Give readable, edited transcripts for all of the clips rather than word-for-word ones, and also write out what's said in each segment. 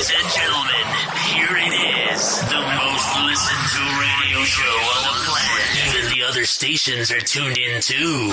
Ladies and gentlemen, here it is, the most listened to radio show on the planet. Even the other stations are tuned in too.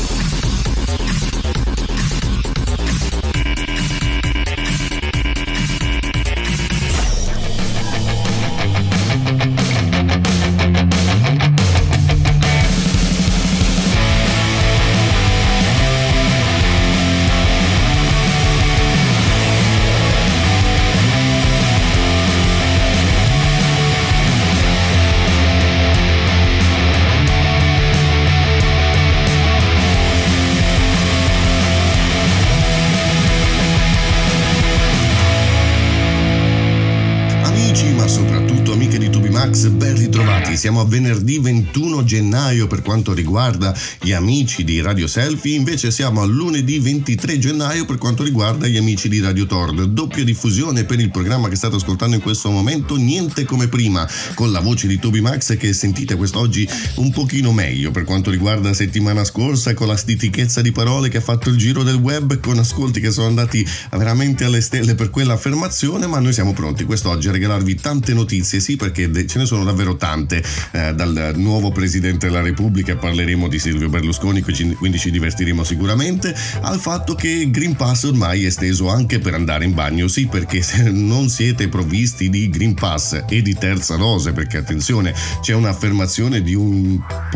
Ben ritrovati, siamo a venerdì 21 gennaio per quanto riguarda gli amici di Radio Selfie, invece siamo a lunedì 23 gennaio per quanto riguarda gli amici di Radio Tord. Doppia diffusione per il programma che state ascoltando in questo momento, niente come prima, con la voce di Toby Max che sentite quest'oggi un pochino meglio per quanto riguarda la settimana scorsa, con la stitichezza di parole che ha fatto il giro del web, con ascolti che sono andati veramente alle stelle per quell'affermazione, ma noi siamo pronti quest'oggi a regalarvi tante notizie, sì, perché ce ne sono davvero tante, dal nuovo Presidente della Repubblica, parleremo di Silvio Berlusconi, quindi ci divertiremo sicuramente, al fatto che il Green Pass ormai è esteso anche per andare in bagno, sì, perché se non siete provvisti di Green Pass e di terza dose, perché attenzione, c'è un'affermazione di un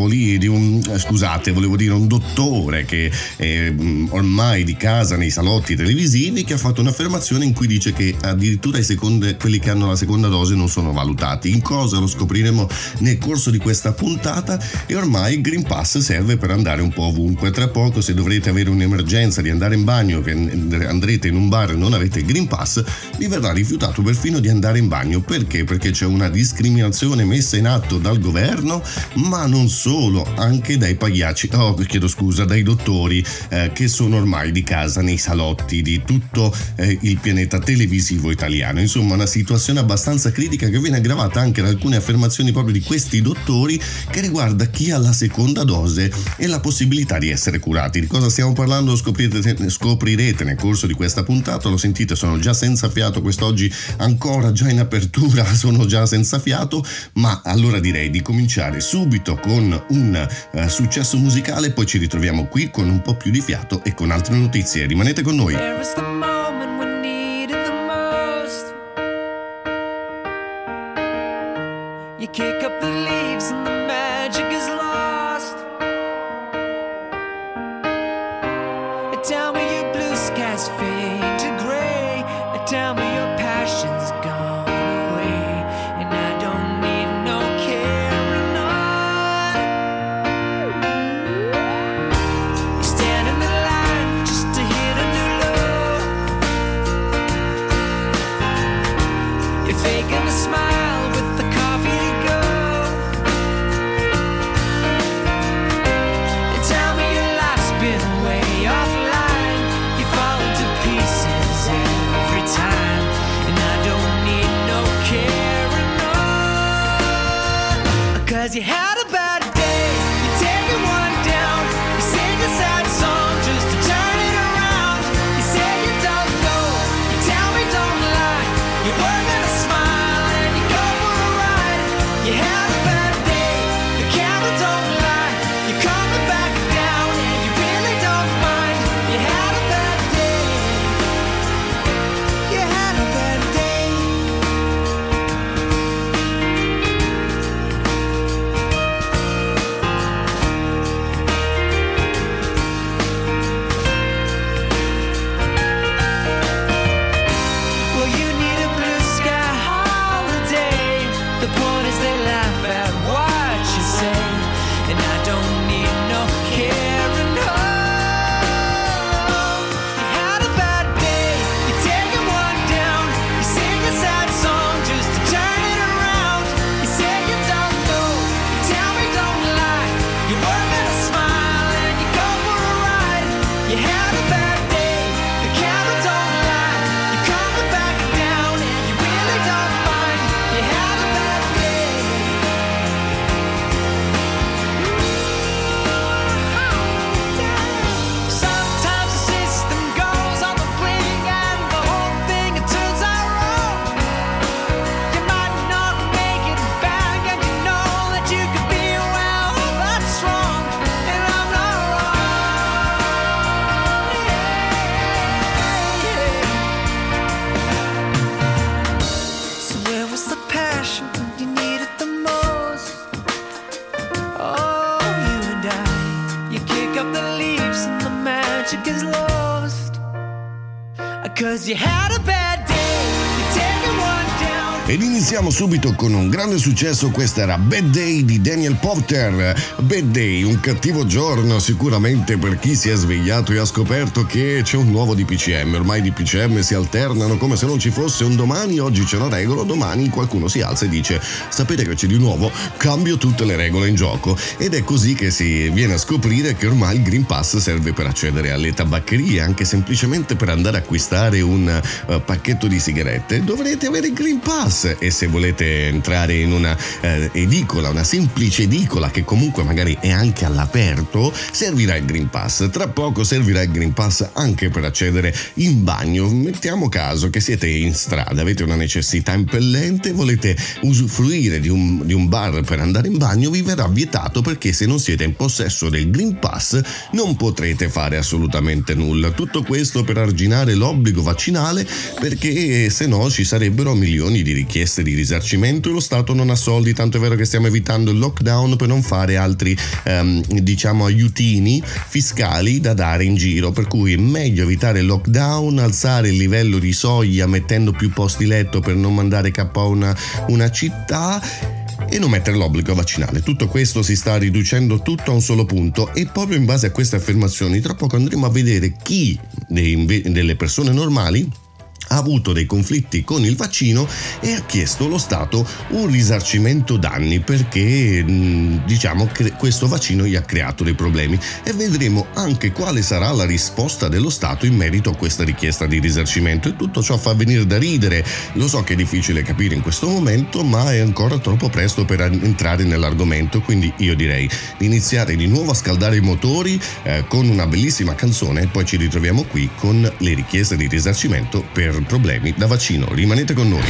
dottore che è ormai di casa nei salotti televisivi, che ha fatto un'affermazione in cui dice che addirittura quelli che hanno la seconda dose non sono valutati. In cosa lo scopriremo nel corso di questa puntata, e ormai il Green Pass serve per andare un po' ovunque. Tra poco, se dovrete avere un'emergenza di andare in bagno, che andrete in un bar e non avete il Green Pass, vi verrà rifiutato perfino di andare in bagno. Perché? Perché c'è una discriminazione messa in atto dal governo, ma non solo, anche dai dai dottori che sono ormai di casa nei salotti di tutto il pianeta televisivo italiano. Insomma, una situazione abbastanza critica che viene aggravata anche da alcune affermazioni proprio di questi dottori, che riguarda chi ha la seconda dose e la possibilità di essere curati. Di cosa stiamo parlando scoprirete nel corso di questa puntata. Lo sentite, sono già senza fiato quest'oggi, ancora già in apertura sono già senza fiato, ma allora direi di cominciare subito con un successo musicale, poi ci ritroviamo qui con un po' più di fiato e con altre notizie. Rimanete con noi. You kick up the leaves and the magic is lost. And tell me your blue skies fade to gray. And tell me your passion's gone away. And I don't need no carrying on. You stand in the line just to hit a new low. You're faking a smile with the coffee. Cause you had a bad day, you're taking one down. You sing a sad song just to turn it around. You say you don't know, you tell me don't lie. You work on a smile and you 'cause you had a bad day, you take one down. Ed iniziamo subito con un grande successo. Questa era Bad Day di Daniel Powter. Bad Day, un cattivo giorno sicuramente per chi si è svegliato e ha scoperto che c'è un nuovo DPCM. Ormai i DPCM si alternano come se non ci fosse un domani. Oggi c'è una regola, domani qualcuno si alza e dice: sapete che c'è di nuovo? Cambio tutte le regole in gioco. Ed è così che si viene a scoprire che ormai il Green Pass serve per accedere alle tabaccherie, anche semplicemente per andare a acquistare un pacchetto di sigarette. Dovrete avere il Green Pass. E se volete entrare in una edicola, una semplice edicola che comunque magari è anche all'aperto, servirà il Green Pass. Tra poco servirà il Green Pass anche per accedere in bagno. Mettiamo caso che siete in strada, avete una necessità impellente, volete usufruire di un bar per andare in bagno, vi verrà vietato, perché se non siete in possesso del Green Pass non potrete fare assolutamente nulla. Tutto questo per arginare l'obbligo vaccinale, perché se no ci sarebbero milioni di richieste di risarcimento e lo Stato non ha soldi, tanto è vero che stiamo evitando il lockdown per non fare altri aiutini fiscali da dare in giro, per cui è meglio evitare il lockdown, alzare il livello di soglia mettendo più posti letto per non mandare KO una città e non mettere l'obbligo vaccinale. Tutto questo si sta riducendo tutto a un solo punto, e proprio in base a queste affermazioni tra poco andremo a vedere chi delle persone normali ha avuto dei conflitti con il vaccino e ha chiesto allo Stato un risarcimento danni, perché questo vaccino gli ha creato dei problemi, e vedremo anche quale sarà la risposta dello Stato in merito a questa richiesta di risarcimento. E tutto ciò fa venire da ridere. Lo so che è difficile capire in questo momento, ma è ancora troppo presto per entrare nell'argomento, quindi io direi di iniziare di nuovo a scaldare i motori con una bellissima canzone, e poi ci ritroviamo qui con le richieste di risarcimento per problemi da vaccino. Rimanete con noi.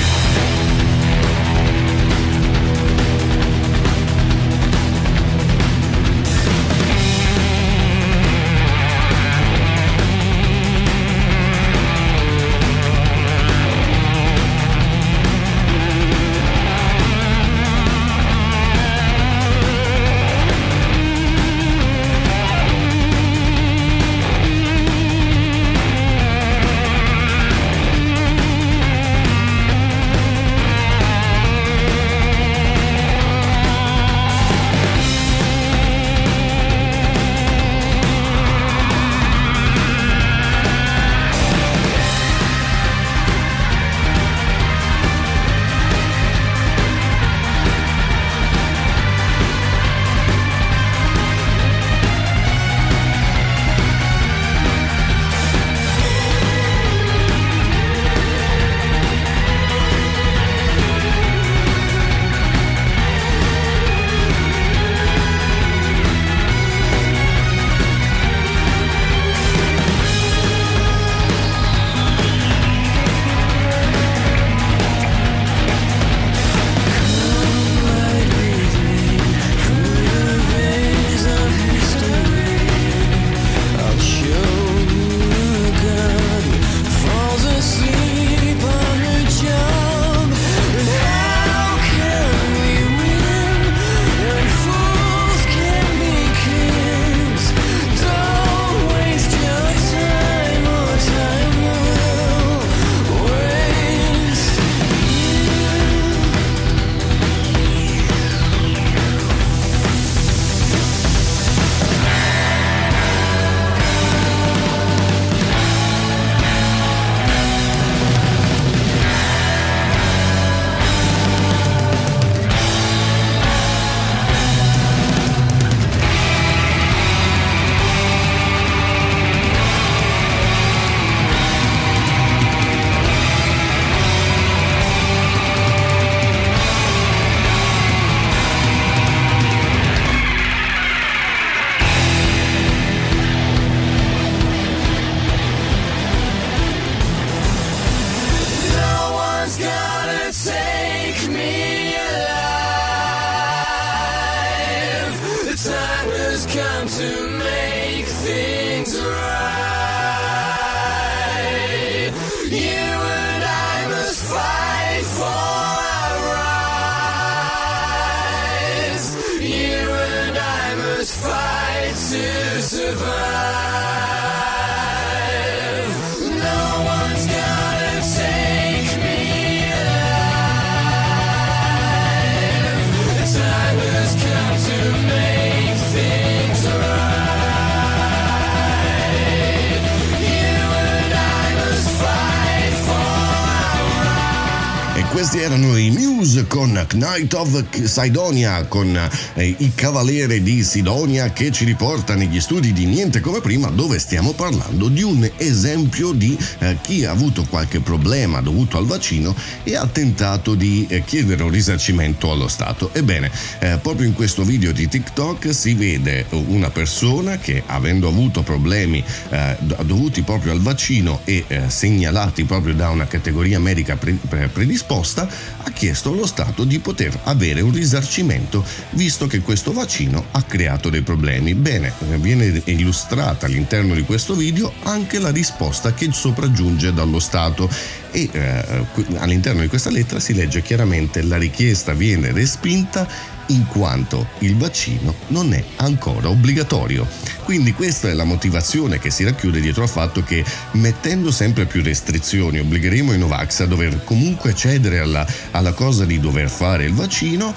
Questi erano i Muse con Knight of Sidonia, con i Cavaliere di Sidonia, che ci riporta negli studi di Niente Come Prima, dove stiamo parlando di un esempio di chi ha avuto qualche problema dovuto al vaccino e ha tentato di chiedere un risarcimento allo Stato. Ebbene, proprio in questo video di TikTok si vede una persona che, avendo avuto problemi dovuti proprio al vaccino e segnalati proprio da una categoria medica predisposta, ha chiesto allo Stato di poter avere un risarcimento visto che questo vaccino ha creato dei problemi. Bene, viene illustrata all'interno di questo video anche la risposta che sopraggiunge dallo Stato e all'interno di questa lettera si legge chiaramente: la richiesta viene respinta in quanto il vaccino non è ancora obbligatorio. Quindi questa è la motivazione che si racchiude dietro al fatto che, mettendo sempre più restrizioni, obbligheremo i Novax a dover comunque cedere alla cosa di dover fare il vaccino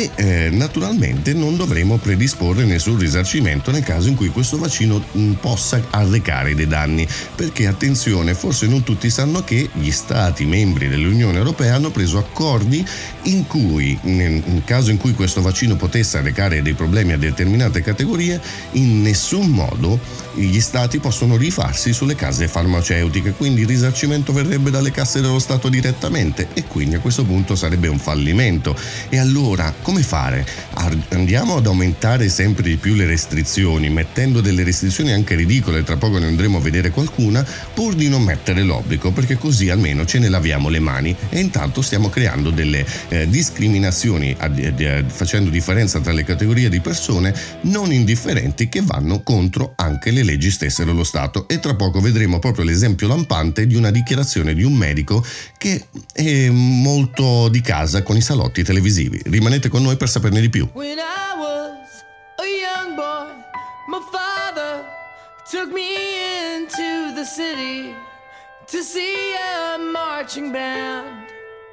e naturalmente non dovremo predisporre nessun risarcimento nel caso in cui questo vaccino possa arrecare dei danni. Perché attenzione, forse non tutti sanno che gli Stati membri dell'Unione Europea hanno preso accordi in cui, nel caso in cui questo vaccino potesse arrecare dei problemi a determinate categorie, in nessun modo gli Stati possono rifarsi sulle case farmaceutiche, quindi il risarcimento verrebbe dalle casse dello Stato direttamente e quindi a questo punto sarebbe un fallimento. E allora come fare? Andiamo ad aumentare sempre di più le restrizioni, mettendo delle restrizioni anche ridicole, tra poco ne andremo a vedere qualcuna, pur di non mettere l'obbligo, perché così almeno ce ne laviamo le mani e intanto stiamo creando delle discriminazioni, facendo differenza tra le categorie di persone non indifferenti che vanno contro anche le leggi stesse dello Stato. E tra poco vedremo proprio l'esempio lampante di una dichiarazione di un medico che è molto di casa con i salotti televisivi. Rimanete con noi per saperne di più. When I was a young boy, my father took me into the city to see a marching band.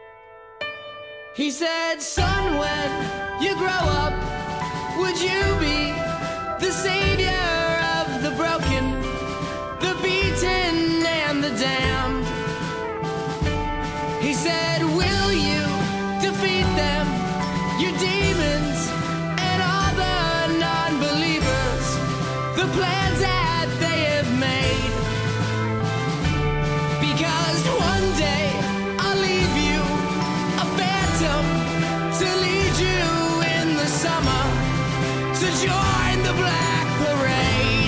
He said, son, when you grow up, would you be the savior of the broken, the beaten and the damned? He said, will you defeat them, your demons and all the non-believers, the plans that they have made? Because one day I'll leave you a phantom to lead you in the summer to join the Black Parade.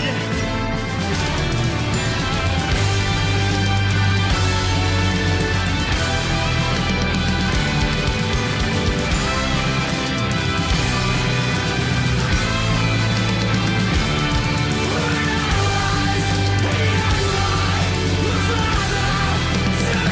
When I was a young boy, my father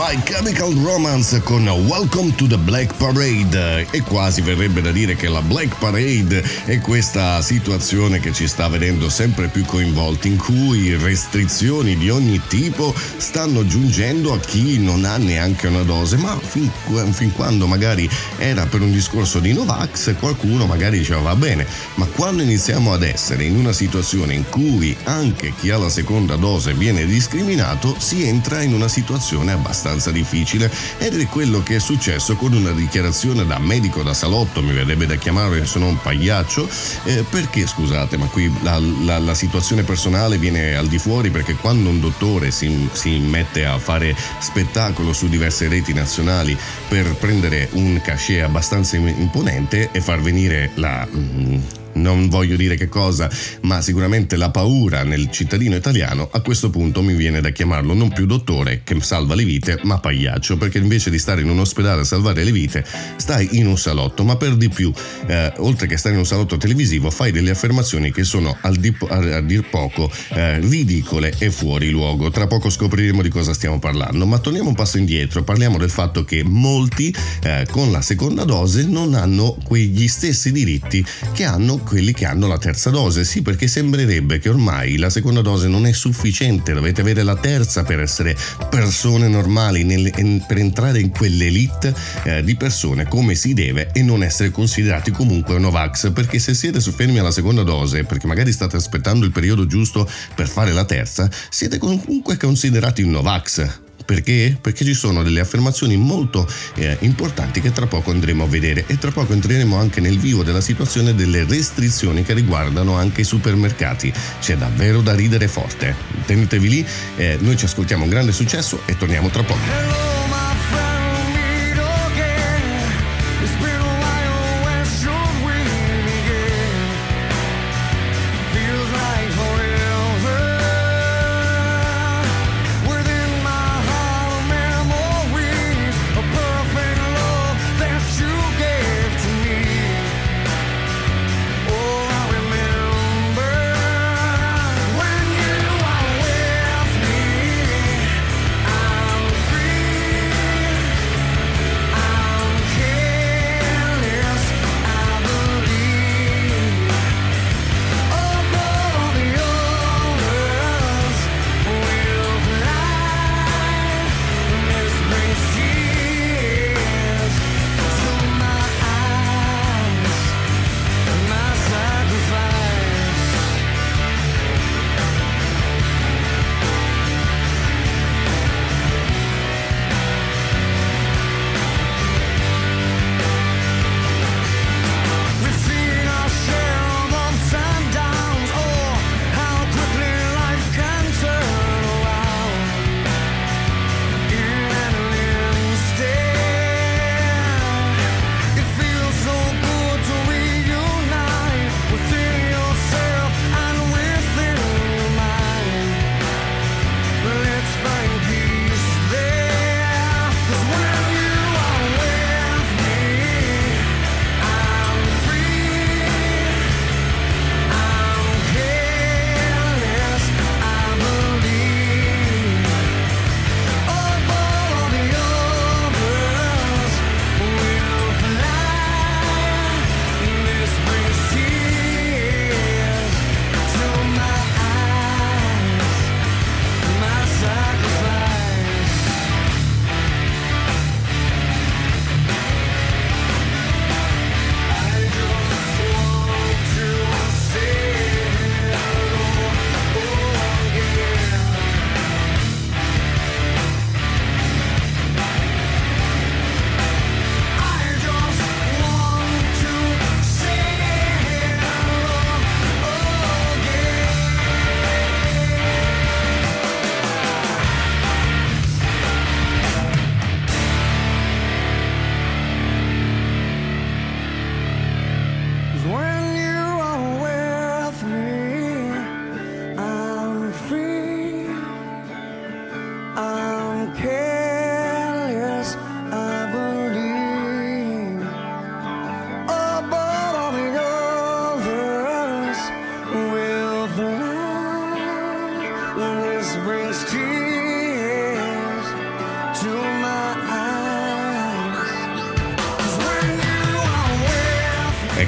My Chemical Romance con Welcome to the Black Parade. E quasi verrebbe da dire che la Black Parade è questa situazione che ci sta vedendo sempre più coinvolti, in cui restrizioni di ogni tipo stanno giungendo a chi non ha neanche una dose, ma fin quando magari era per un discorso di Novax, qualcuno magari diceva va bene, ma quando iniziamo ad essere in una situazione in cui anche chi ha la seconda dose viene discriminato, si entra in una situazione abbastanza difficile, ed è quello che è successo con una dichiarazione da medico da salotto, mi verrebbe da chiamare, sono un pagliaccio, perché scusate, ma qui la situazione personale viene al di fuori, perché quando un dottore si mette a fare spettacolo su diverse reti nazionali per prendere un cachet abbastanza imponente e far venire non voglio dire che cosa, ma sicuramente la paura nel cittadino italiano, a questo punto mi viene da chiamarlo non più dottore che salva le vite, ma pagliaccio, perché invece di stare in un ospedale a salvare le vite stai in un salotto, ma per di più oltre che stare in un salotto televisivo fai delle affermazioni che sono a dir poco ridicole e fuori luogo. Tra poco scopriremo di cosa stiamo parlando, ma torniamo un passo indietro, parliamo del fatto che molti con la seconda dose non hanno quegli stessi diritti che hanno quelli che hanno la terza dose. Sì, perché sembrerebbe che ormai la seconda dose non è sufficiente, dovete avere la terza per essere persone normali, per entrare in quell'elite di persone come si deve e non essere considerati comunque Novax, perché se siete fermi alla seconda dose perché magari state aspettando il periodo giusto per fare la terza, siete comunque considerati un Novax. Perché? Perché ci sono delle affermazioni molto importanti che tra poco andremo a vedere, e tra poco entreremo anche nel vivo della situazione delle restrizioni che riguardano anche i supermercati. C'è davvero da ridere forte. Tenetevi lì, noi ci ascoltiamo, un grande successo e torniamo tra poco. Free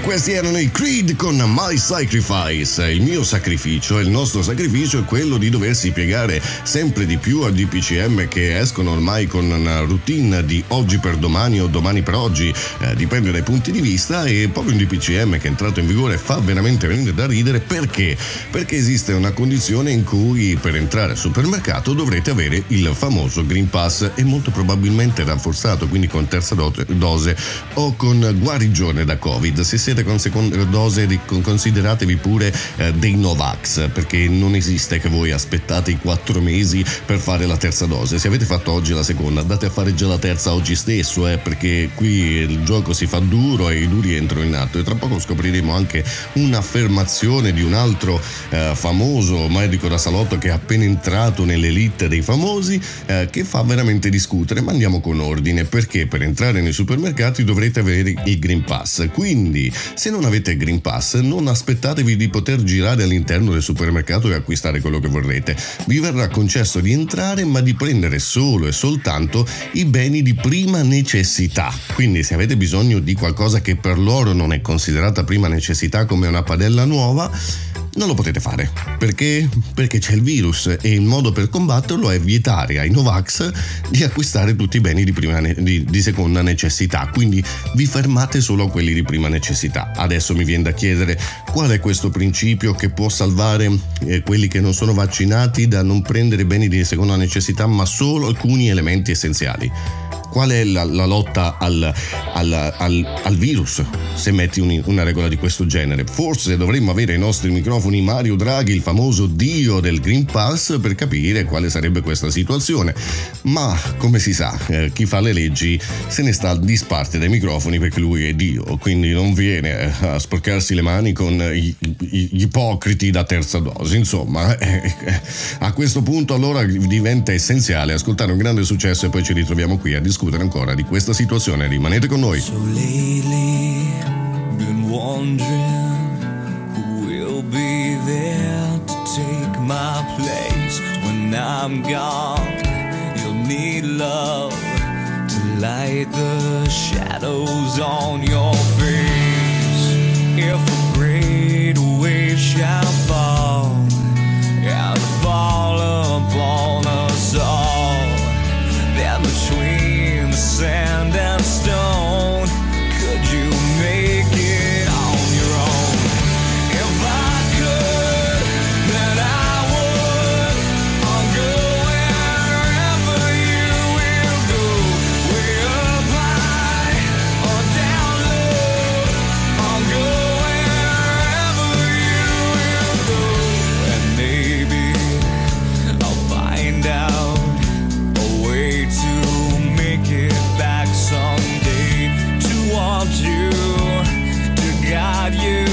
Questi erano i Creed con My Sacrifice. Il mio sacrificio, il nostro sacrificio è quello di doversi piegare sempre di più a DPCM che escono ormai con una routine di oggi per domani o domani per oggi, dipende dai punti di vista, e proprio un DPCM che è entrato in vigore fa veramente venire da ridere. Perché? Perché esiste una condizione in cui per entrare al supermercato dovrete avere il famoso Green Pass, e molto probabilmente rafforzato, quindi con terza dose o con guarigione da Covid. Se siete con seconda dose, consideratevi pure dei Novax, perché non esiste che voi aspettate i 4 mesi per fare la terza dose. Se avete fatto oggi la seconda, andate a fare già la terza oggi stesso, perché qui il gioco si fa duro e i duri entrano in atto. E tra poco scopriremo anche un'affermazione di un altro famoso medico da salotto che è appena entrato nell'elite dei famosi, che fa veramente discutere. Ma andiamo con ordine, perché per entrare nei supermercati dovrete avere il Green Pass. Quindi se non avete il Green Pass, non aspettatevi di poter girare all'interno del supermercato e acquistare quello che vorrete. Vi verrà concesso di entrare, ma di prendere solo e soltanto i beni di prima necessità. Quindi se avete bisogno di qualcosa che per loro non è considerata prima necessità, come una padella nuova, non lo potete fare. Perché? Perché c'è il virus, e il modo per combatterlo è vietare ai Novax di acquistare tutti i beni di seconda necessità. Quindi vi fermate solo a quelli di prima necessità. Adesso mi viene da chiedere: qual è questo principio che può salvare quelli che non sono vaccinati da non prendere beni di seconda necessità, ma solo alcuni elementi essenziali? Qual è la lotta al virus se metti una regola di questo genere? Forse dovremmo avere ai nostri microfoni Mario Draghi, il famoso dio del Green Pass, per capire quale sarebbe questa situazione. Ma come si sa, chi fa le leggi se ne sta a disparte dai microfoni, perché lui è dio, quindi non viene a sporcarsi le mani con gli ipocriti da terza dose. Insomma, a questo punto allora diventa essenziale ascoltare un grande successo, e poi ci ritroviamo qui a discutere ancora di questa situazione. Rimanete con noi. So lately, been wondering who will be there to take my place when I'm gone. You'll need love to light the shadows on your face. If a great wave shall fall and fall upon us all, then between the sand and stone, could you make it on your own? If I could, then I would. I'll go wherever you will go, way up high or down low. I'll go wherever you will go, and maybe I'll find out a way to make it back someday, to want you, to guide you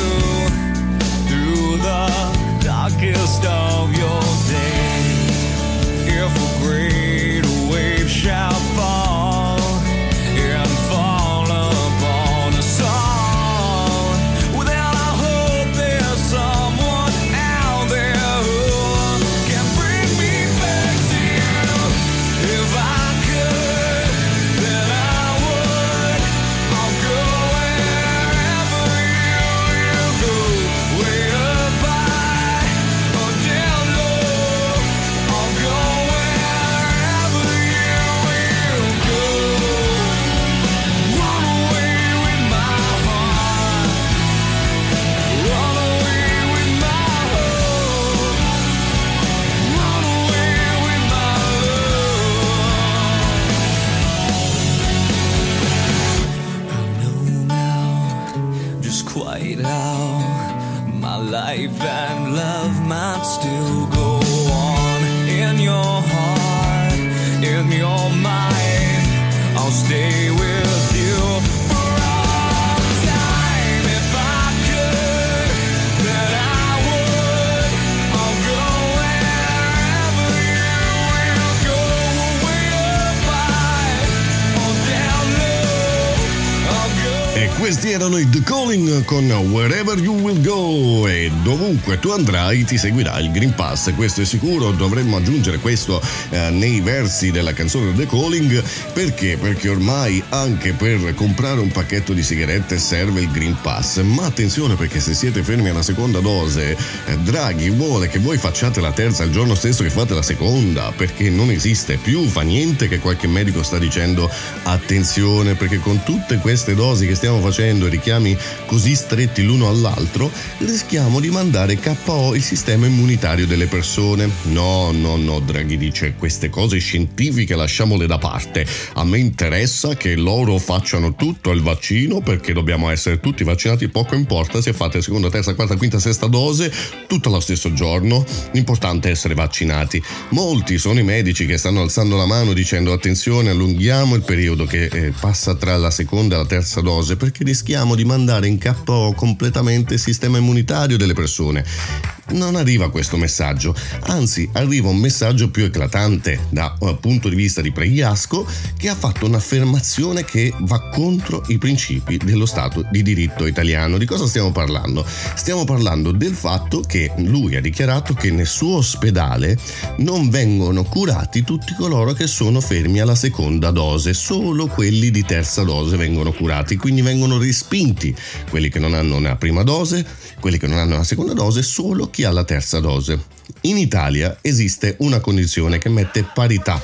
through the darkest of your days. If a great wave shall fall and fall upon us all, well then I hope there's someone out there who can bring me back to you. If I could, then I would. I'll go wherever you will go, way up high or down low. I'll go wherever you will go. Run away with my heart, run away with my hope, run away with my love. I know now just quite how my life and love might still go on. In your heart, in your mind, I'll stay with you for all time. If I could, then I would. I'll go wherever you will go, way up high or down low. I'll go. E questi erano i The Calling con Wherever You Will Go, e dovunque tu andrai ti seguirà il Green Pass, questo è sicuro. Dovremmo aggiungere questo nei versi della canzone The Calling. Perché? Perché ormai anche per comprare un pacchetto di sigarette serve il Green Pass. Ma attenzione, perché se siete fermi alla seconda dose, Draghi vuole che voi facciate la terza il giorno stesso che fate la seconda, perché non esiste più. Fa niente che qualche medico sta dicendo attenzione, perché con tutte queste dosi che stiamo facendo e richiami così stretti l'uno all'altro rischiamo di mandare KO il sistema immunitario delle persone. No, Draghi dice queste cose scientifiche lasciamole da parte, a me interessa che loro facciano tutto il vaccino, perché dobbiamo essere tutti vaccinati, poco importa se fate seconda, terza, quarta, quinta, sesta dose tutto lo stesso giorno, l'importante è essere vaccinati. Molti sono i medici che stanno alzando la mano dicendo attenzione, allunghiamo il periodo che passa tra la seconda e la terza dose, perché rischiamo di mandare in KO completamente il sistema immunitario delle persone. Non arriva questo messaggio, anzi arriva un messaggio più eclatante da punto di vista di Pregliasco, che ha fatto un'affermazione che va contro i principi dello Stato di diritto italiano. Di cosa stiamo parlando? Stiamo parlando del fatto che lui ha dichiarato che nel suo ospedale non vengono curati tutti coloro che sono fermi alla seconda dose, solo quelli di terza dose vengono curati, quindi vengono respinti quelli che non hanno una prima dose, quelli che non hanno una seconda dose, solo chi ha la terza dose. In Italia esiste una condizione che mette parità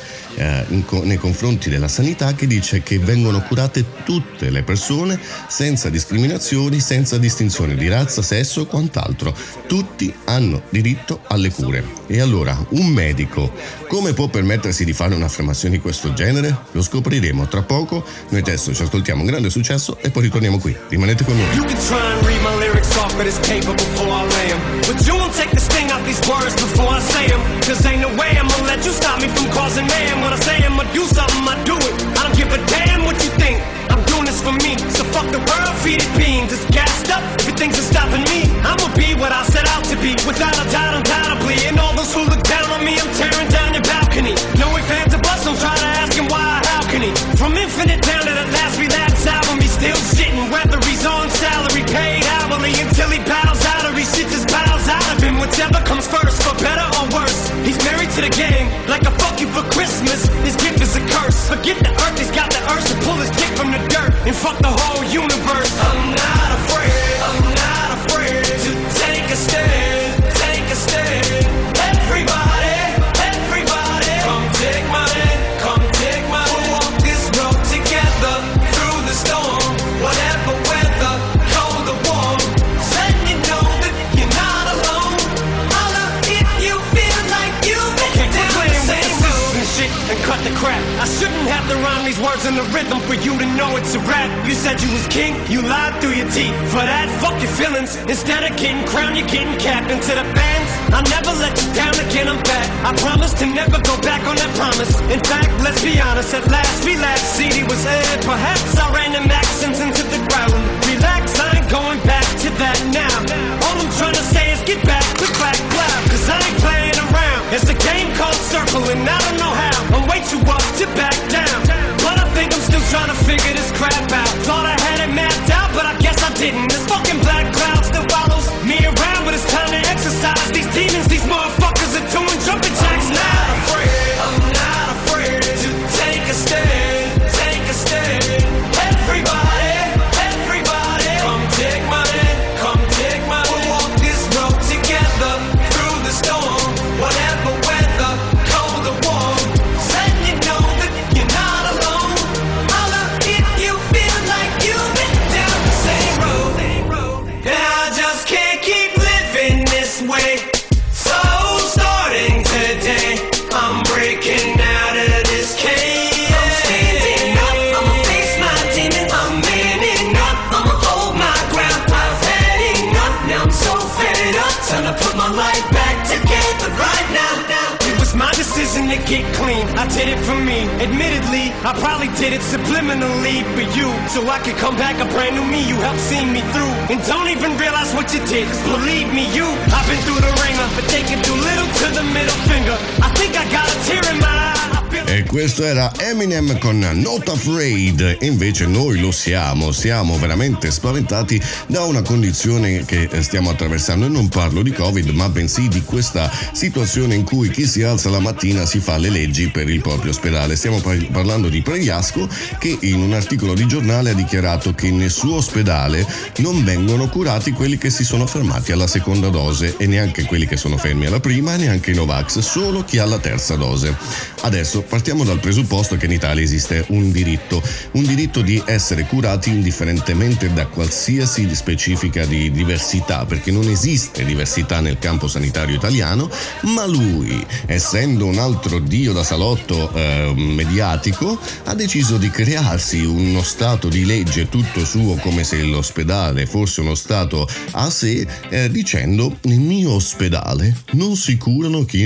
nei confronti della sanità, che dice che vengono curate tutte le persone senza discriminazioni, senza distinzione di razza, sesso e quant'altro. Tutti hanno diritto alle cure. E allora un medico come può permettersi di fare un'affermazione di questo genere? Lo scopriremo tra poco. Noi adesso ci ascoltiamo un grande successo e poi ritorniamo qui. Rimanete con noi. You can try and read my lyrics off of this paper before I lay 'em, but you won't take the sting out these words before I say 'em. Cause ain't no way I'm gonna let you stop me from causing mayhem. When I say I'ma do something, I do it. I don't give a damn what you think. I'm doing this for me. So fuck the world, feed it beans. It's gassed up, everything's stopping me. I'ma be what I set out to be, without a doubt, undoubtedly. And all those who look down on me, I'm tearing down your balcony. No ifs, ands, or buts, don't try to ask him why or how can he. From Infinite down to the last relapse album, he's still shitting, whether he's on salary, paid hourly, until he bows out or he shit just bows out of him. Whichever comes first, for better or worse. He's married to the game, like a fuck you for Christmas. His gift is a curse. Forget the earth, he's got the urge to pull his dick from the dirt and fuck the whole universe. I'm not afraid to take a stand, take a stand. Everybody, come take my hand, come take my hand. We'll walk this road together through the storm, whatever weather, cold or warm. Letting you know that you're not alone. Holla if you feel like you've been down the same road. Shit and cut the crap. I shouldn't have to rhyme these words in the rhythm for you to know it's a rap. You said you was king, you lied through your teeth. For that, fuck your feelings. Instead of getting crowned, you're getting capped. Into the fans, I'll never let you down again, I'm back. I promise to never go back on that promise. In fact, let's be honest, at last relapse CD was aired. Perhaps I ran them accents into the ground. Relax, I ain't going back to that now. All I'm trying to say is get back, quick back, loud. Cause I ain't playing around. It's a game called Circle and I don't know how. I'm way too up to back down, but I think I'm still trying to figure this crap out. Thought I had it mapped out, but I guess I didn't. This fucking black cloud still follows me around, but it's time to exercise these demons. These motherfuckers are doing jumping jacks now. I'm not afraid to take a stand, take a stand. Everybody, come take my hand, come take my hand. We'll walk this road together through the storm, whatever weather, cold or warm. Letting you know that you're not alone. Holla if you feel like you've been down the same road. And I just can't keep living this way. So starting today, I'm breaking out of this cage. I'm standing up, I'ma face my demon. I'm manning up, I'ma hold my ground. I've had enough, now I'm so fed up. Time to put my life back together right now. It was my decision to get clean, I did it for me. Admittedly, I probably did it subliminally for you, so I could come back a brand new me. You helped see me through, and don't even realize what you did. Cause believe me, I've been through the ringer, but they can do little to the middle finger. I think I got a tear in my eye. E questo era Eminem con Not Afraid, e invece noi lo siamo veramente spaventati da una condizione che stiamo attraversando, e non parlo di Covid ma bensì di questa situazione in cui chi si alza la mattina si fa le leggi per il proprio ospedale. Stiamo parlando di Pregliasco, che in un articolo di giornale ha dichiarato che nel suo ospedale non vengono curati quelli che si sono fermati alla seconda dose, e neanche quelli che sono fermi alla prima, e neanche i Novax, solo chi ha la terza dose. Adesso partiamo dal presupposto che in Italia esiste un diritto di essere curati indifferentemente da qualsiasi specifica di diversità, perché non esiste diversità nel campo sanitario italiano, ma lui, essendo un altro dio da salotto mediatico, ha deciso di crearsi uno stato di legge tutto suo, come se l'ospedale fosse uno stato a sé, dicendo: nel mio ospedale non si curano chi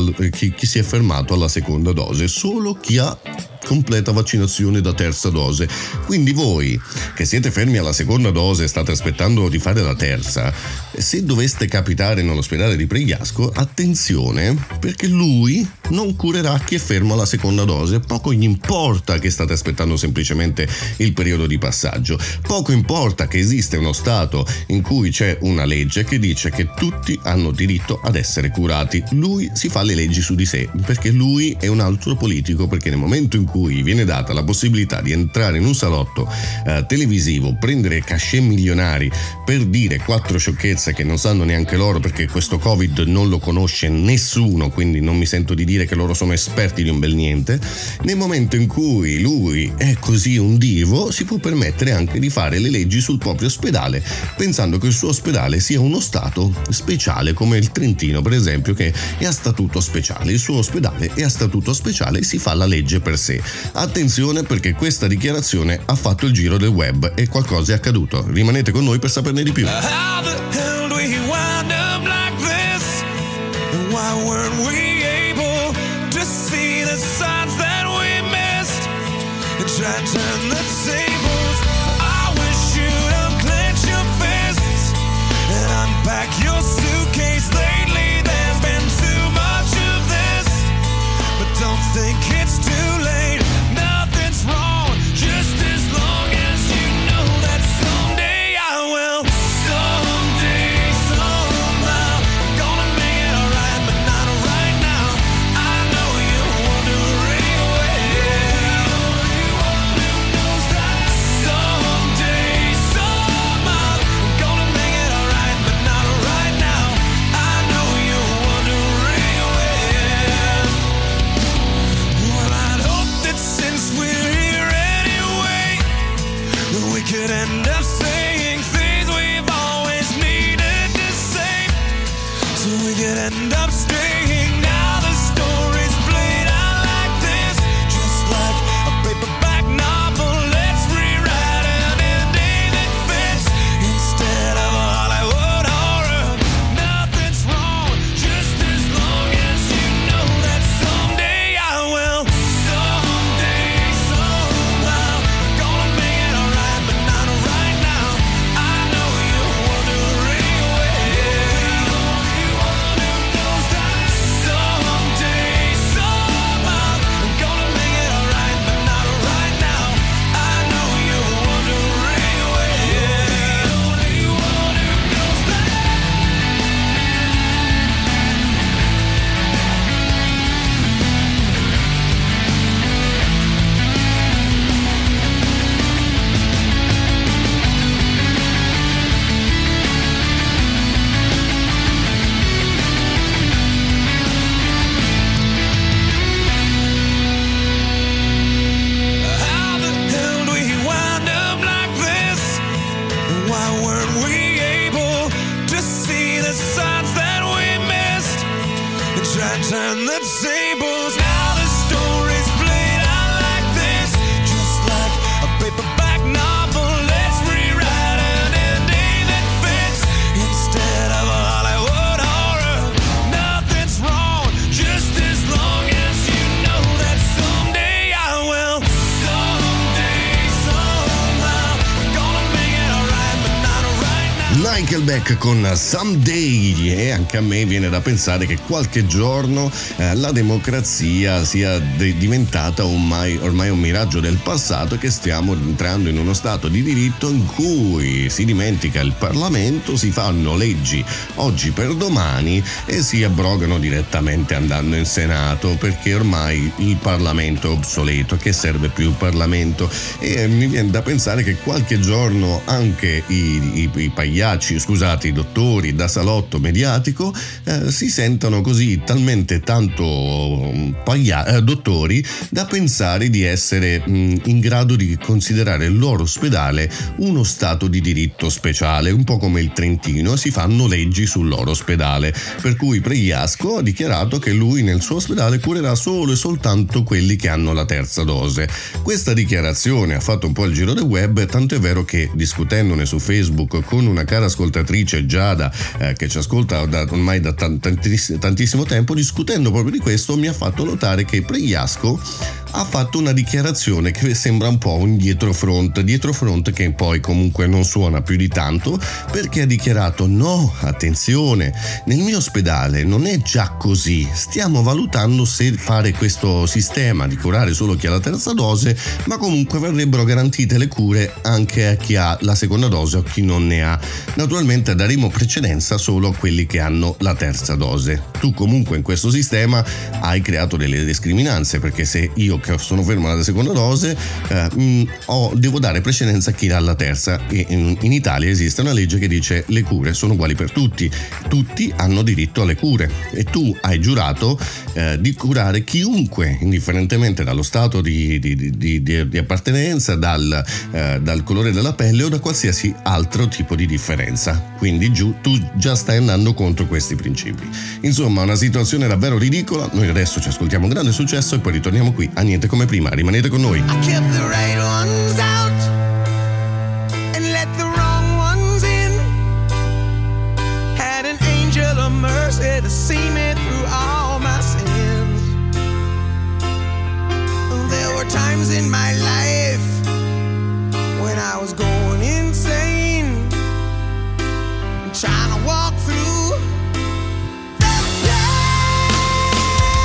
si è fermato alla seconda dose, solo chi ha completa vaccinazione da terza dose. Quindi voi che siete fermi alla seconda dose e state aspettando di fare la terza, se doveste capitare nell'ospedale di Pregliasco, attenzione, perché lui non curerà chi è fermo alla seconda dose. Poco gli importa che state aspettando semplicemente il periodo di passaggio, poco importa che esiste uno stato in cui c'è una legge che dice che tutti hanno diritto ad essere curati. Lui si fa le leggi su di sé perché lui è un altro politico, perché nel momento in cui viene data la possibilità di entrare in un salotto televisivo, prendere cachet milionari per dire 4 sciocchezze che non sanno neanche loro, perché questo Covid non lo conosce nessuno, quindi non mi sento di dire che loro sono esperti di un bel niente, nel momento in cui lui è così un divo, si può permettere anche di fare le leggi sul proprio ospedale, pensando che il suo ospedale sia uno stato speciale, come il Trentino per esempio, che è a statuto speciale. Il suo ospedale è a statuto speciale e si fa la legge per sé. Attenzione, perché questa dichiarazione ha fatto il giro del web e qualcosa è accaduto. Rimanete con noi per saperne di più. How the hell do we wind up like this? And why weren't we able to see the signs that we missed? And try to turn the tables. I wish you'd unclench your fists and unpack your suitcase. Lately there's been too much of this, but don't think it's too late. Nothing's wrong, just as long as you know that someday I will. Someday, somehow, I'm gonna make it alright, but not right now. I know you're wondering where. Someday, somehow, I'm gonna make it alright, but not right now. I know you're wondering where. Well, I'd hope that since we're here anyway, we could end up saying things we've always needed to say, so we could end up staying. Now the story's played out like this, just like a paperback novel. Let's rewrite an ending that fits instead of a Hollywood horror. Nothing's wrong, just as long as you know that someday I will. Someday, somehow, I'm gonna make it alright, but not right now. I know you're wondering where. Nickelback con Someday, e anche a me viene da pensare che qualche giorno la democrazia sia diventata ormai un miraggio del passato e che stiamo entrando in uno stato di diritto in cui si dimentica il Parlamento, si fanno leggi oggi per domani e si abrogano direttamente andando in Senato, perché ormai il Parlamento è obsoleto. Che serve più il Parlamento? E mi viene da pensare che qualche giorno anche i pagliacci, scusate, i dottori da salotto mediatico si sentono così talmente tanto dottori da pensare di essere in grado di considerare il loro ospedale uno stato di diritto speciale, un po' come il Trentino, e si fanno leggi sul loro ospedale, per cui Pregliasco ha dichiarato che lui nel suo ospedale curerà solo e soltanto quelli che hanno la terza dose. Questa dichiarazione ha fatto un po' il giro del web, tanto è vero che, discutendone su Facebook con una cara ascoltatrice, Giada, che ci ascolta ormai da tantissimo tempo, discutendo proprio di questo, mi ha fatto notare che Pregliasco ha fatto una dichiarazione che sembra un po' un dietrofront che poi comunque non suona più di tanto, perché ha dichiarato: no, attenzione, nel mio ospedale non è già così, stiamo valutando se fare questo sistema di curare solo chi ha la terza dose, ma comunque verrebbero garantite le cure anche a chi ha la seconda dose o chi non ne ha. Naturalmente daremo precedenza solo a quelli che hanno la terza dose. Tu comunque in questo sistema hai creato delle discriminanze, perché se io che sono fermo alla seconda dose devo dare precedenza a chi ha la terza, e in Italia esiste una legge che dice le cure sono uguali per tutti hanno diritto alle cure, e tu hai giurato di curare chiunque, indifferentemente dallo stato di appartenenza, dal colore della pelle o da qualsiasi altro tipo di differenza. Quindi tu già stai andando contro questi principi. Insomma, una situazione davvero ridicola. Noi adesso ci ascoltiamo un grande successo e poi ritorniamo qui a Niente come prima. Rimanete con noi. I kept the right ones out and let the wrong ones in. Had an angel of mercy to see me through all my sins. There were times in my life when I was going insane, trying to walk through the pain.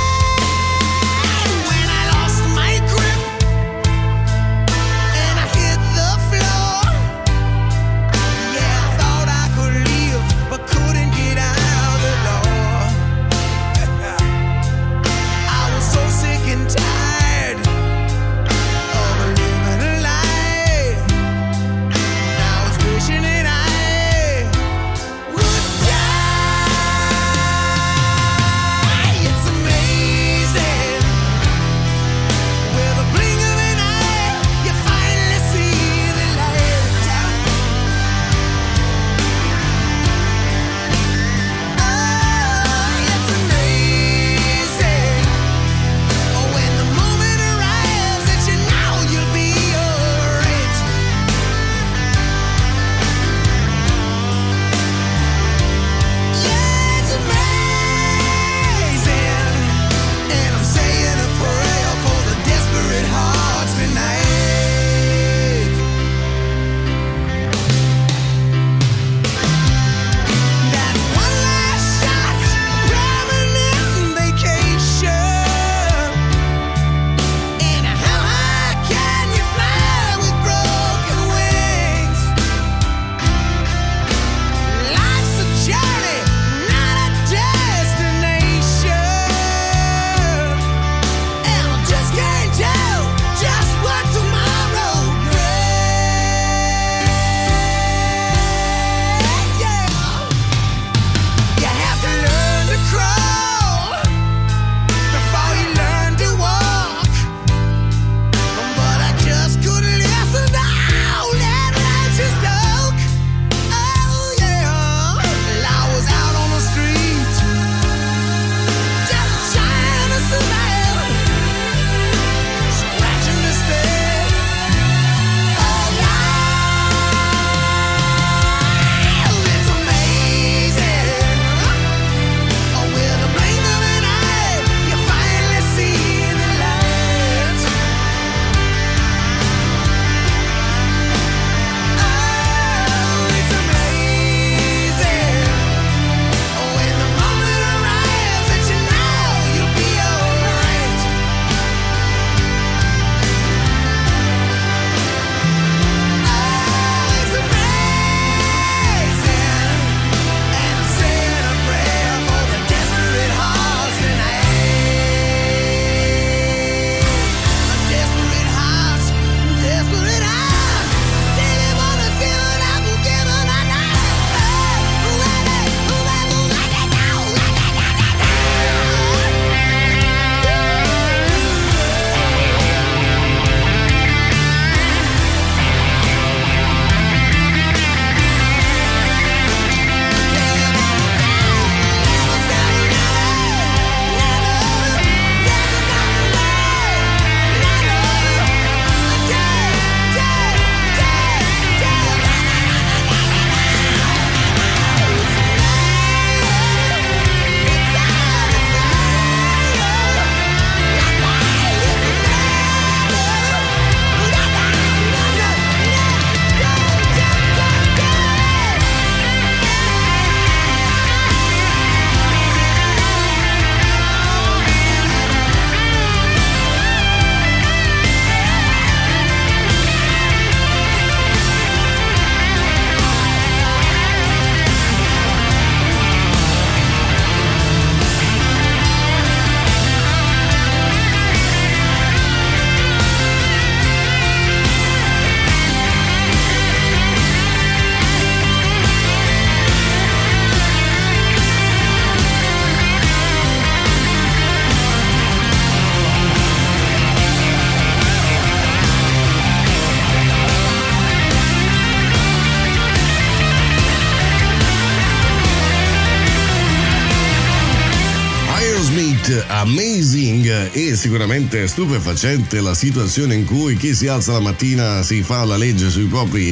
When I lost my grip and I hit the floor, yeah, I thought I could leave but couldn't get out the door. I was so sick and tired of living a lie. I was wishing that I would die. Quite amazing e sicuramente stupefacente la situazione in cui chi si alza la mattina si fa la legge su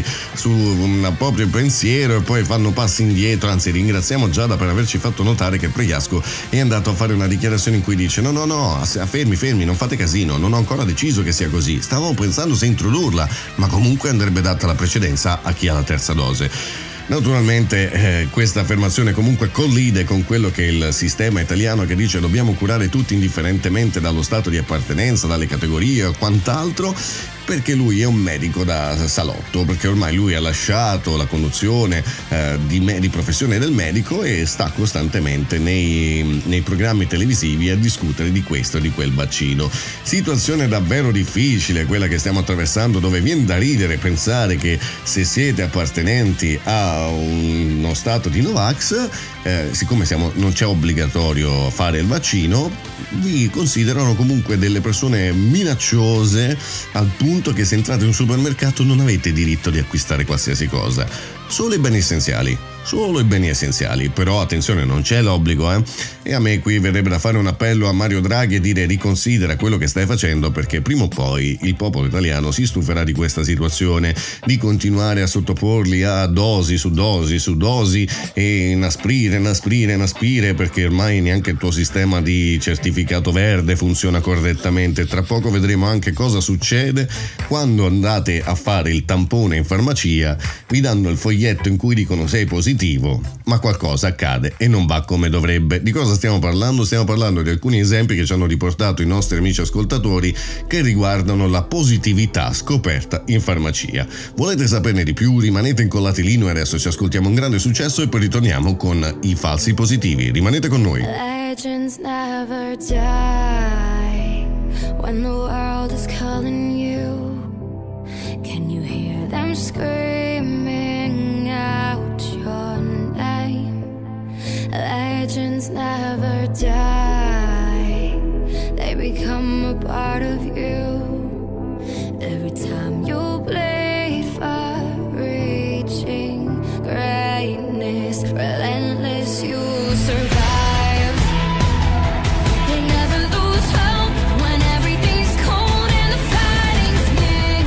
un proprio pensiero e poi fanno passi indietro. Anzi, ringraziamo Giada per averci fatto notare che Pregliasco è andato a fare una dichiarazione in cui dice no, fermi, non fate casino, non ho ancora deciso che sia così, stavo pensando se introdurla, ma comunque andrebbe data la precedenza a chi ha la terza dose. Naturalmente questa affermazione comunque collide con quello che è il sistema italiano, che dice dobbiamo curare tutti indifferentemente dallo stato di appartenenza, dalle categorie o quant'altro, perché lui è un medico da salotto, perché ormai lui ha lasciato la conduzione di professione del medico e sta costantemente nei programmi televisivi a discutere di questo e di quel vaccino. Situazione davvero difficile quella che stiamo attraversando, dove viene da ridere pensare che se siete appartenenti a uno stato di Novax, siccome non c'è obbligatorio fare il vaccino, vi considerano comunque delle persone minacciose, al punto che se entrate in un supermercato non avete diritto di acquistare qualsiasi cosa, solo i beni essenziali. Però attenzione, non c'è l'obbligo, e a me qui verrebbe da fare un appello a Mario Draghi e dire: riconsidera quello che stai facendo, perché prima o poi il popolo italiano si stuferà di questa situazione, di continuare a sottoporli a dosi su dosi e inaspire, perché ormai neanche il tuo sistema di certificato verde funziona correttamente. Tra poco vedremo anche cosa succede quando andate a fare il tampone in farmacia, vi danno il foglietto in cui dicono sei positivo, ma qualcosa accade e non va come dovrebbe. Di cosa stiamo parlando? Stiamo parlando di alcuni esempi che ci hanno riportato i nostri amici ascoltatori, che riguardano la positività scoperta in farmacia. Volete saperne di più? Rimanete incollati lì, noi adesso ci ascoltiamo un grande successo e poi ritorniamo con i falsi positivi. Rimanete con noi. Legends never die when the world is calling you. Can you hear them screaming out your name? Legends never die, they become a part of you. Every time you bleed for reaching greatness, relentless, you survive. They never lose hope when everything's cold and the fighting's near.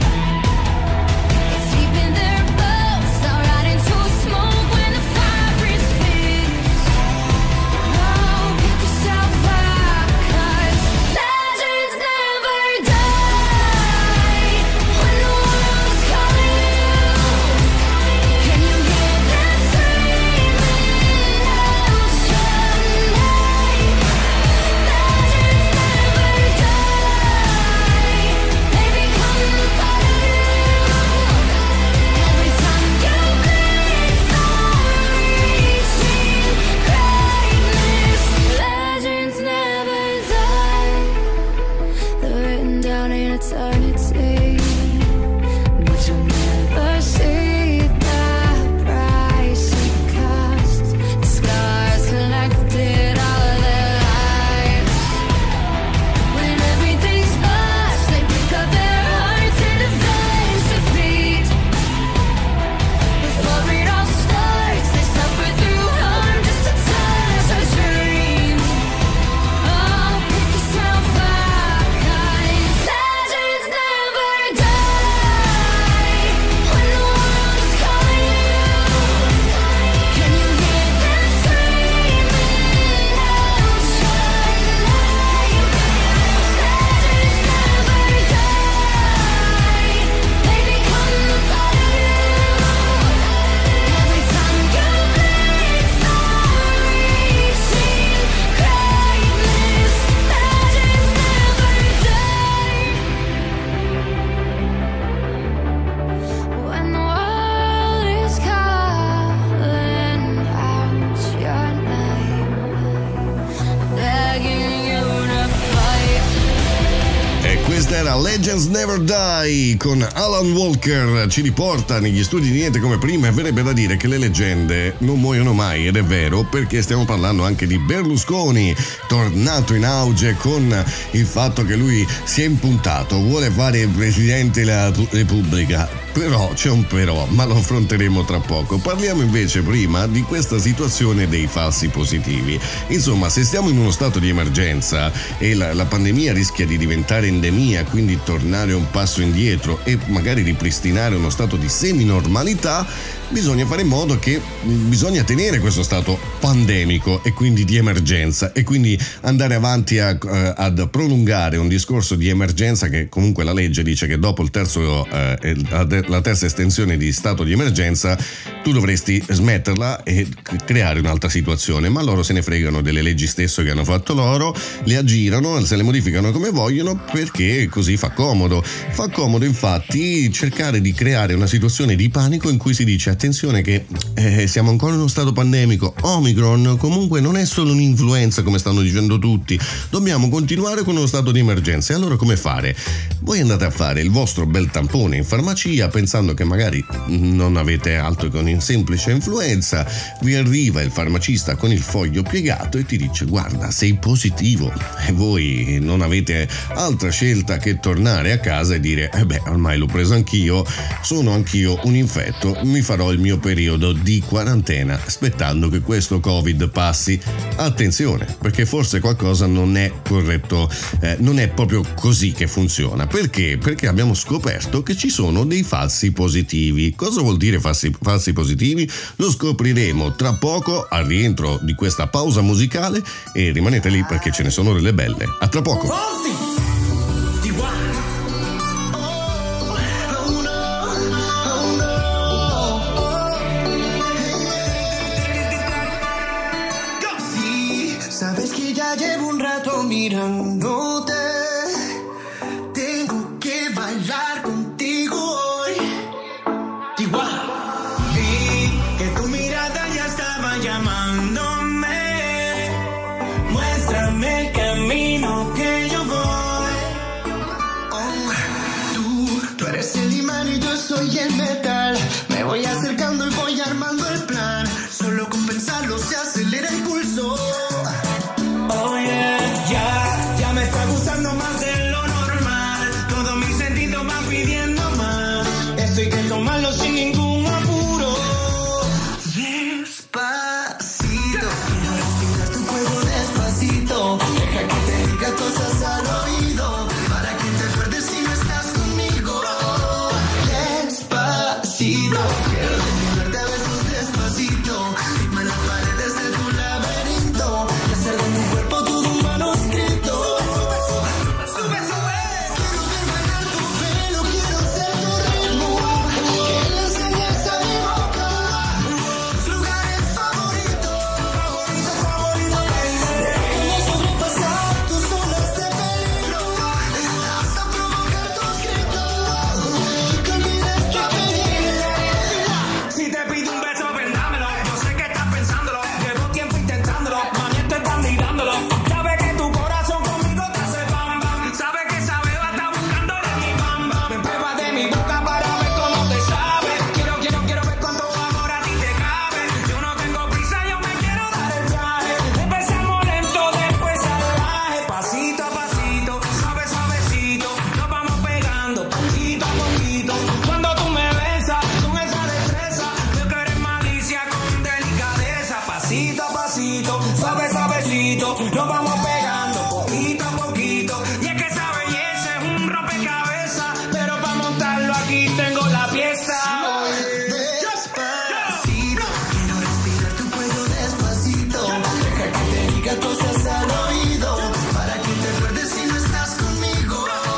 It's deep in their bones, they'll ride into smoke when the fire is fierce. Oh, pick yourself up, 'cause legends never die when the world's calling you. Can you hear them screaming out your name? Legends never die, they become a part of you. Every time you bleed for reaching greatness, legends never die. They're written down in eternity, but you'll never see the price it costs. The scars collected all their lives. When everything's lost, they pick up their hearts and avenge defeat. Before it all starts, they suffer through harm just to touch our dream. Oh, pick yourself up, 'cause legends never die when the world is calling you. Can you hear them screaming out your name? Legends never die, they become a part of you. Every time you bleed for reaching greatness, legends never die. When the world is calling out your name, begging you to fight. E questa era Legends Never Die con Alan Walker, ci riporta negli studi di Niente Come Prima, e verrebbe da dire che le leggende non muoiono mai, ed è vero, perché stiamo parlando anche di Berlusconi, tornato in auge con il fatto che lui si è impuntato, vuole fare il Presidente della Repubblica. c'è un però, ma lo affronteremo tra poco. Parliamo invece prima di questa situazione dei falsi positivi. Insomma, se stiamo in uno stato di emergenza e la pandemia rischia di diventare endemia, quindi tornare un passo indietro e magari ripristinare uno stato di semi-normalità, bisogna fare in modo che bisogna tenere questo stato pandemico e quindi di emergenza, e quindi andare avanti ad prolungare un discorso di emergenza, che comunque la legge dice che dopo la terza estensione di stato di emergenza tu dovresti smetterla e creare un'altra situazione, ma loro se ne fregano delle leggi stesso che hanno fatto loro, le aggirano, se le modificano come vogliono, perché così fa comodo infatti cercare di creare una situazione di panico in cui si dice attenzione che siamo ancora in uno stato pandemico, Omicron comunque non è solo un'influenza come stanno dicendo tutti, dobbiamo continuare con uno stato di emergenza. E allora come fare? Voi andate a fare il vostro bel tampone in farmacia pensando che magari non avete altro che una semplice influenza, vi arriva il farmacista con il foglio piegato e ti dice guarda, sei positivo, e voi non avete altra scelta che tornare a casa e dire ormai l'ho preso anch'io, sono anch'io un infetto, mi farò il mio periodo di quarantena aspettando che questo Covid passi. Attenzione, perché forse qualcosa non è corretto, non è proprio così che funziona. Perché? Perché abbiamo scoperto che ci sono dei falsi positivi. Cosa vuol dire falsi positivi? Lo scopriremo tra poco al rientro di questa pausa musicale, e rimanete lì perché ce ne sono delle belle. A tra poco. Sabes que ya llevo un rato mirándote. Tengo que bailar contigo hoy. Chihuahua. Vi que tu mirada ya estaba llamándome. Muéstrame el camino que yo voy. Oh, tú eres el imán y yo soy el metal. Me voy acercando y voy armando el plan. Solo con pensarlo se acelera el pulso. Oh yeah, ya me está gustando más de lo normal. Todos mis sentidos van pidiendo más. Esto hay que tomarlo sin ningún apuro. Despacito, quiero respirar tu cuerpo despacito. Deja que te diga cosas al oído, para que te acuerdes si no estás conmigo. Despacito, quiero desnudarte a besos despacito. Firma las paredes de tu laberinto y hacer de mi cuerpo todo un manuscrito. Sube, sube. Quiero ver bailar tu pelo, quiero ser tu ritmo. Que le enseñes a mi boca tus lugares favoritos. Favorito, baby. Déjame sobrepasar tus zonas de peligro hasta provocar tus gritos. Que olvides tu apellido. Si te pido un beso, ven dámelo. Yo sé que estás pensándolo. Llevo tiempo intentándolo. Mami, estoy tan mirándolo. Sabe que tu corazón conmigo te hace bam bam. Sabe que esa beba está buscando de mi bam bam. Me prueba de mi boca para ver cómo te sabe. Quiero ver cuánto amor a ti te cabe. Yo no tengo prisa, yo me quiero dar el viaje. Empezamos lento, después salvaje. Pasito a pasito, suave, suavecito. Nos vamos pegando poquito a poquito. Cuando tú me besas con esa destreza, veo que eres malicia con delicadeza. Pasito a pasito, suave, suavecito. Nos vamos pegando poquito a poquito. Y es que esa belleza es un rompecabezas, pero para montarlo aquí tengo la pieza. Despacito, quiero respirar tu cuello despacito. Deja que te diga cosas al oído, para que te acuerdes si no estás conmigo.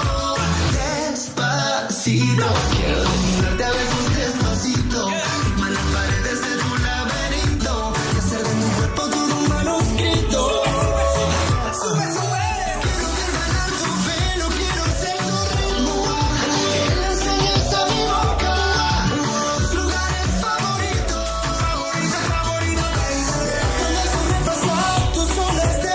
Despacito, quiero desnudarte a besos despacito. Firma las paredes de tu laberinto y hacer de mi cuerpo todo un manuscrito. Sube, sube. Quiero ver bailar tu pelo, quiero ser tu ritmo. Que le enseñes a mi boca tus lugares favoritos. Favorito, baby. Déjame sobrepasar tus zonas de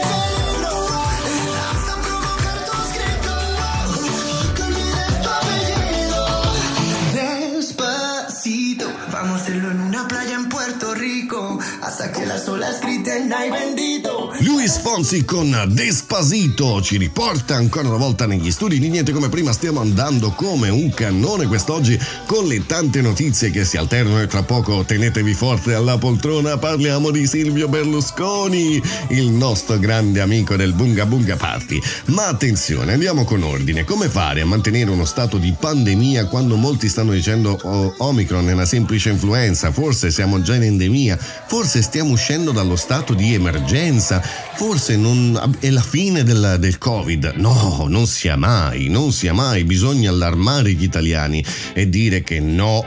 la scritta hai vendito. Luis Fonsi con Despacito ci riporta ancora una volta negli studi di Niente Come Prima. Stiamo andando come un cannone quest'oggi con le tante notizie che si alternano e tra poco tenetevi forte alla poltrona. Parliamo di Silvio Berlusconi, il nostro grande amico del Bunga Bunga Party. Ma attenzione, andiamo con ordine. Come fare a mantenere uno stato di pandemia quando molti stanno dicendo Omicron è una semplice influenza, forse siamo già in endemia, forse stiamo uscendo dallo stato di emergenza, forse non è la fine del Covid? No, non sia mai, bisogna allarmare gli italiani e dire che no,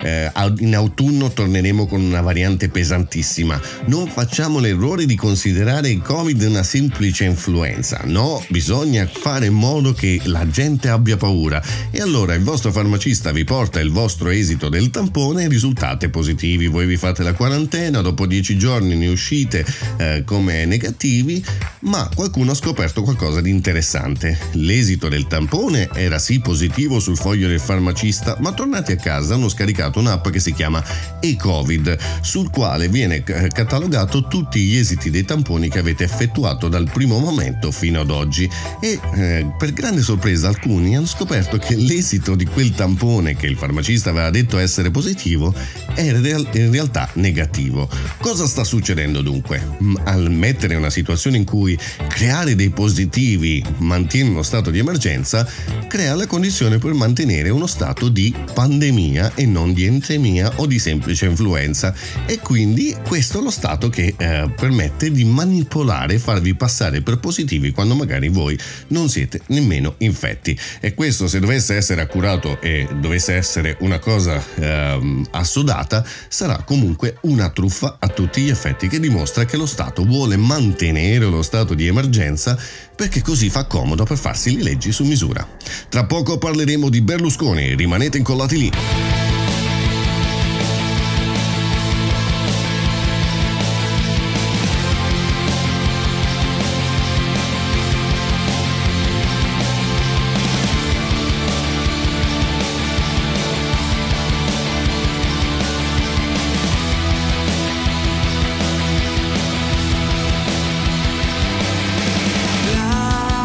in autunno torneremo con una variante pesantissima. Non facciamo l'errore di considerare il Covid una semplice influenza, no, bisogna fare in modo che la gente abbia paura. E allora il vostro farmacista vi porta il vostro esito del tampone e risultate positivi, voi vi fate la quarantena, dopo 10 giorni ne uscite come negativi, ma qualcuno ha scoperto qualcosa di interessante. L'esito del tampone era sì positivo sul foglio del farmacista, ma tornati a casa hanno scaricato un'app che si chiama e-Covid, sul quale viene catalogato tutti gli esiti dei tamponi che avete effettuato dal primo momento fino ad oggi e per grande sorpresa alcuni hanno scoperto che l'esito di quel tampone che il farmacista aveva detto essere positivo era in realtà negativo. Cosa sta succedendo dunque? Al mettere una situazione in cui creare dei positivi mantiene uno stato di emergenza, crea la condizione per mantenere uno stato di pandemia e non di endemia o di semplice influenza, e quindi questo è lo stato che permette di manipolare e farvi passare per positivi quando magari voi non siete nemmeno infetti. E questo, se dovesse essere accurato e dovesse essere una cosa assodata, sarà comunque una truffa a tutti gli effetti, che dimostra che lo Stato vuole mantenere lo stato di emergenza perché così fa comodo per farsi le leggi su misura. Tra poco parleremo di Berlusconi, rimanete incollati lì.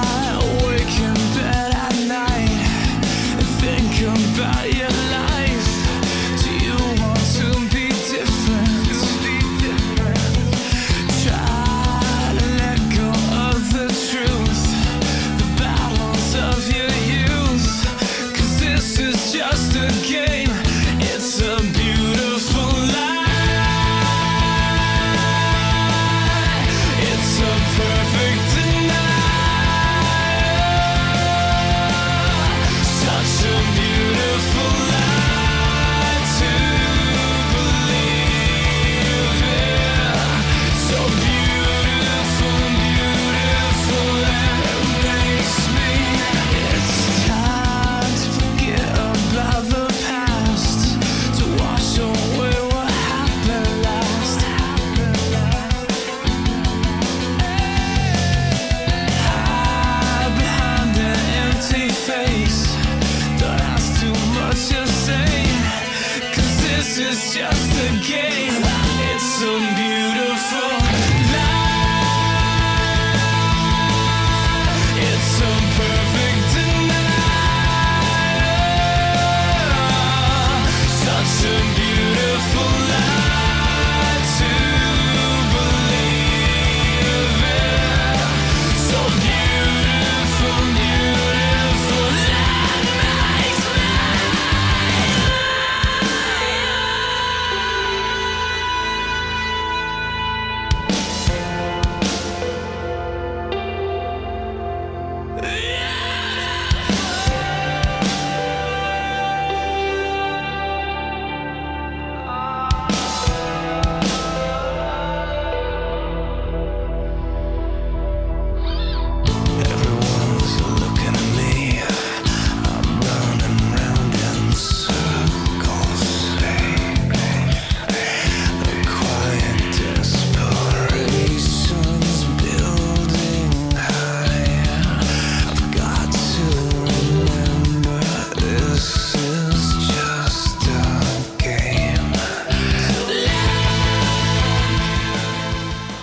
Wake in bed at night, think about your life.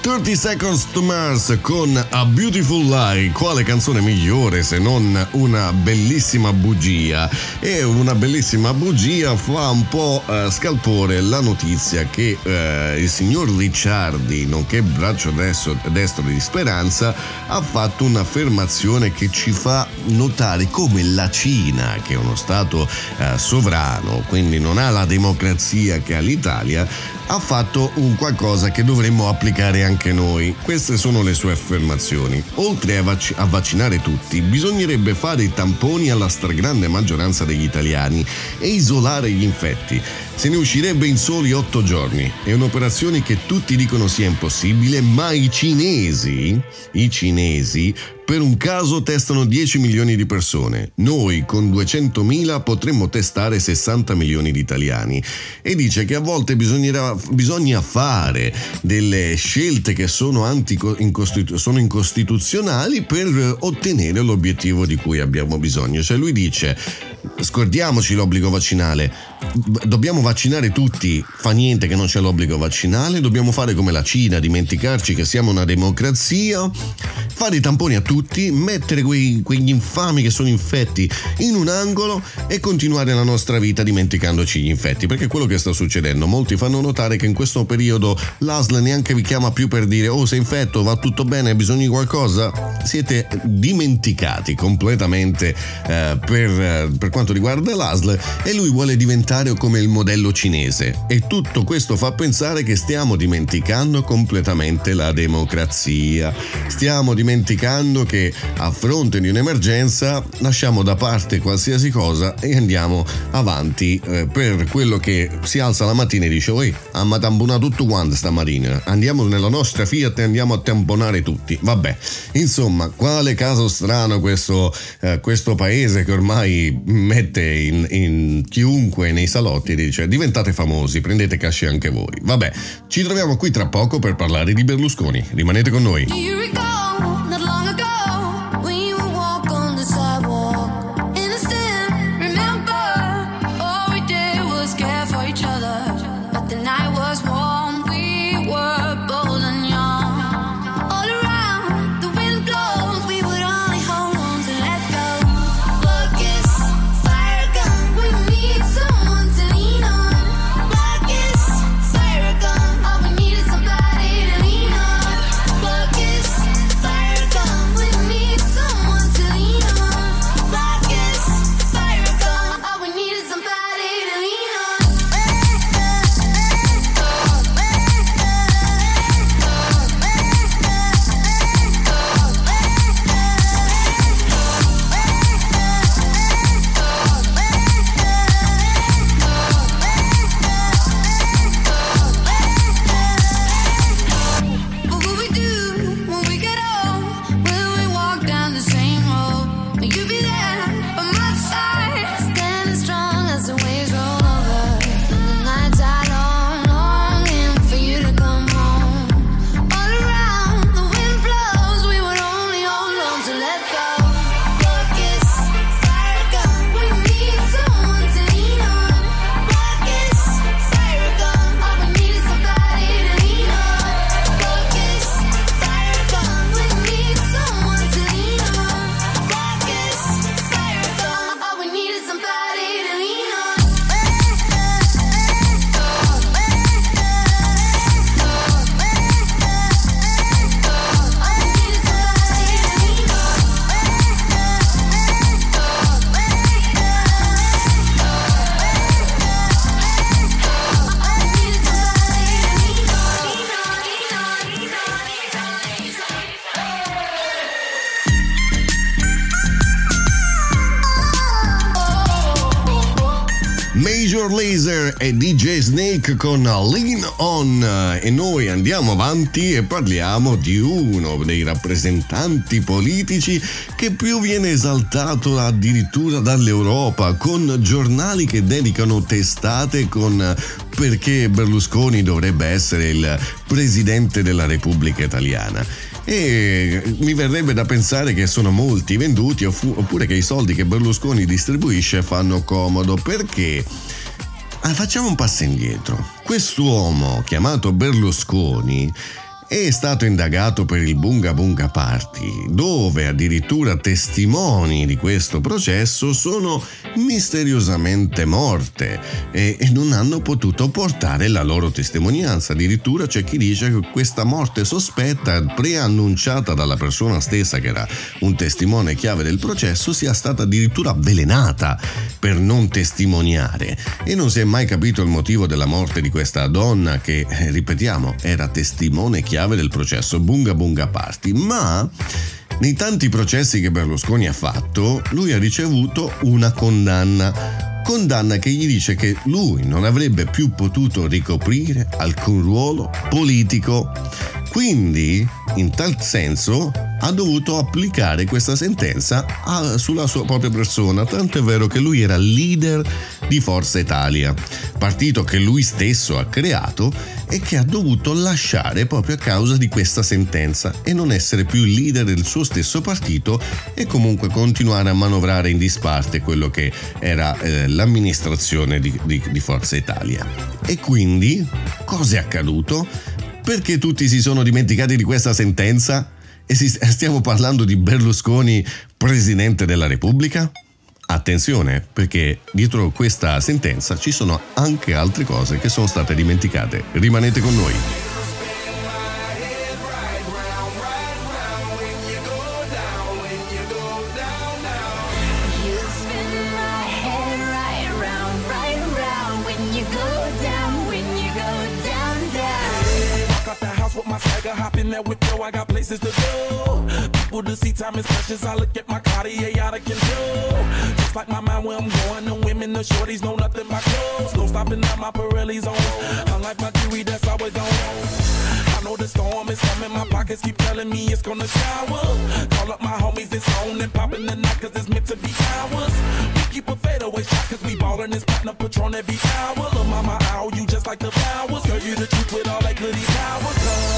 30 Seconds to Mars con A Beautiful Lie. Quale canzone migliore se non una bellissima bugia? E una bellissima bugia fa un po' scalpore la notizia che il signor Ricciardi, nonché braccio destro di Speranza, ha fatto un'affermazione che ci fa notare come la Cina, che è uno stato sovrano, quindi non ha la democrazia che ha l'Italia, ha fatto un qualcosa che dovremmo applicare anche noi. Queste sono le sue affermazioni. Oltre a vaccinare tutti, bisognerebbe fare i tamponi alla stragrande maggioranza degli italiani e isolare gli infetti. Se ne uscirebbe in soli 8 giorni. È un'operazione che tutti dicono sia impossibile, ma i cinesi, per un caso testano 10 milioni di persone. Noi con 200.000 potremmo testare 60 milioni di italiani. E dice che a volte bisogna fare delle scelte che sono incostituzionali per ottenere l'obiettivo di cui abbiamo bisogno. Cioè lui dice: scordiamoci l'obbligo vaccinale, dobbiamo vaccinare tutti, fa niente che non c'è l'obbligo vaccinale, dobbiamo fare come la Cina, dimenticarci che siamo una democrazia, fare i tamponi a tutti, mettere quegli infami che sono infetti in un angolo e continuare la nostra vita dimenticandoci gli infetti, perché è quello che sta succedendo. Molti fanno notare che in questo periodo l'ASL neanche vi chiama più per dire: oh, sei infetto, va tutto bene, hai bisogno di qualcosa? Siete dimenticati completamente per quanto riguarda l'ASL, e lui vuole diventare come il modello cinese, e tutto questo fa pensare che stiamo dimenticando completamente la democrazia, stiamo dimenticando che a fronte di un'emergenza lasciamo da parte qualsiasi cosa e andiamo avanti per quello che si alza la mattina e dice: oi, amma tamponato tutto quanto stamattina, andiamo nella nostra Fiat e andiamo a tamponare tutti. Vabbè, insomma, quale caso strano questo paese che ormai mette in chiunque nei salotti e dice: diventate famosi, prendete cash anche voi. Vabbè, ci troviamo qui tra poco per parlare di Berlusconi. Rimanete con noi. Do you recall not long ago when you would walk on the sidewalk? Innocent, remember, all we did was care for each other. But the night was warm, we were bold and young. All around, the wind blows, we would only hold on to let go. Focus, fire gun, we need someone to lean on. Focus, fire gun, all we need is somebody to lean on. Focus, fire gun, we need someone to lean on. Focus, fire gun, all we need is somebody to lean on. What will we do when we get old? Will we walk down the same road? Will you be there by my side, standing strong as the waves roll over? And the nights are long, longing for you to come home. All around, the wind blows, we would only hold on to let go. Focus, fire gun, we need someone to lean on. Focus, fire gun, all we need is somebody to lean on. Focus, fire gun, we need someone to lean on. Focus, fire gun, all we need is somebody to lean on. Major Lazer e DJ Snake con Lean On, e noi andiamo avanti e parliamo di uno dei rappresentanti politici che più viene esaltato addirittura dall'Europa, con giornali che dedicano testate con perché Berlusconi dovrebbe essere il presidente della Repubblica Italiana. E mi verrebbe da pensare che sono molti venduti, oppure che i soldi che Berlusconi distribuisce fanno comodo, perché facciamo un passo indietro. Quest'uomo chiamato Berlusconi È stato indagato per il Bunga Bunga Party, dove addirittura testimoni di questo processo sono misteriosamente morte e non hanno potuto portare la loro testimonianza. Addirittura c'è chi dice che questa morte sospetta, preannunciata dalla persona stessa che era un testimone chiave del processo, sia stata addirittura avvelenata per non testimoniare, e non si è mai capito il motivo della morte di questa donna che, ripetiamo, era testimone chiave del processo Bunga Bunga Party. Ma nei tanti processi che Berlusconi ha fatto, lui ha ricevuto una condanna che gli dice che lui non avrebbe più potuto ricoprire alcun ruolo politico. Quindi, in tal senso, ha dovuto applicare questa sentenza sulla sua propria persona, tanto è vero che lui era leader di Forza Italia, partito che lui stesso ha creato e che ha dovuto lasciare proprio a causa di questa sentenza e non essere più il leader del suo stesso partito e comunque continuare a manovrare in disparte quello che era l'amministrazione di Forza Italia. E quindi, cosa è accaduto? Perché tutti si sono dimenticati di questa sentenza? E stiamo parlando di Berlusconi, presidente della Repubblica? Attenzione, perché dietro questa sentenza ci sono anche altre cose che sono state dimenticate. Rimanete con noi. Hop in that whip, yo, I got places to go. People to see, time is precious. I look at my Cartier out of control. Just like my mind where I'm going. The women, the shorties know nothing but clothes. No stopping at my Pirelli's on. Unlike my jewelry that's always on. I know the storm is coming. My pockets keep telling me it's gonna shower. Call up my homies, it's on and popping the night cause it's meant to be ours. We keep a fadeaway shot cause we ballin' this platinum Patron every hour. Lil' mama, ow, you just like the flowers. Girl, you the truth with all that goody power.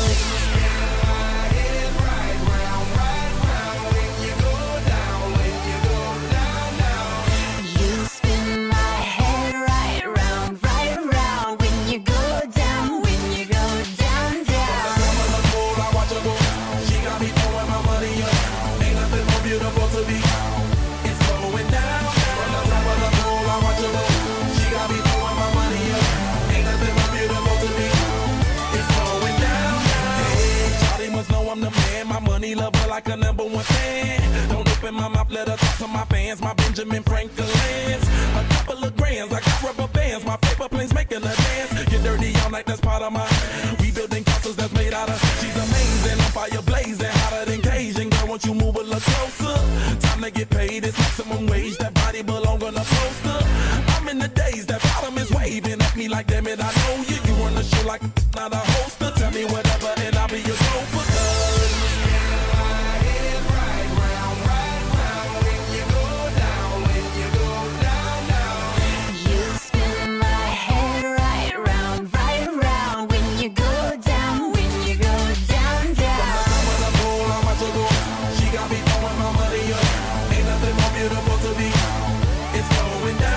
Lover like a number one fan. Don't open my mouth, let her talk to my fans. My Benjamin Franklin's a couple of grands. I got rubber bands. My paper planes making a dance. Get dirty all night, that's part of my rebuilding castles that's made out of. She's amazing, on fire blazing, hotter than Cajun. Girl, won't you move a little closer? Time to get paid, it's maximum wage. That body belong on a poster. I'm in the days, that bottom is waving at me like, damn it, I know you. You run the show like not a hoster. Tell me whatever and I'll be your gopher.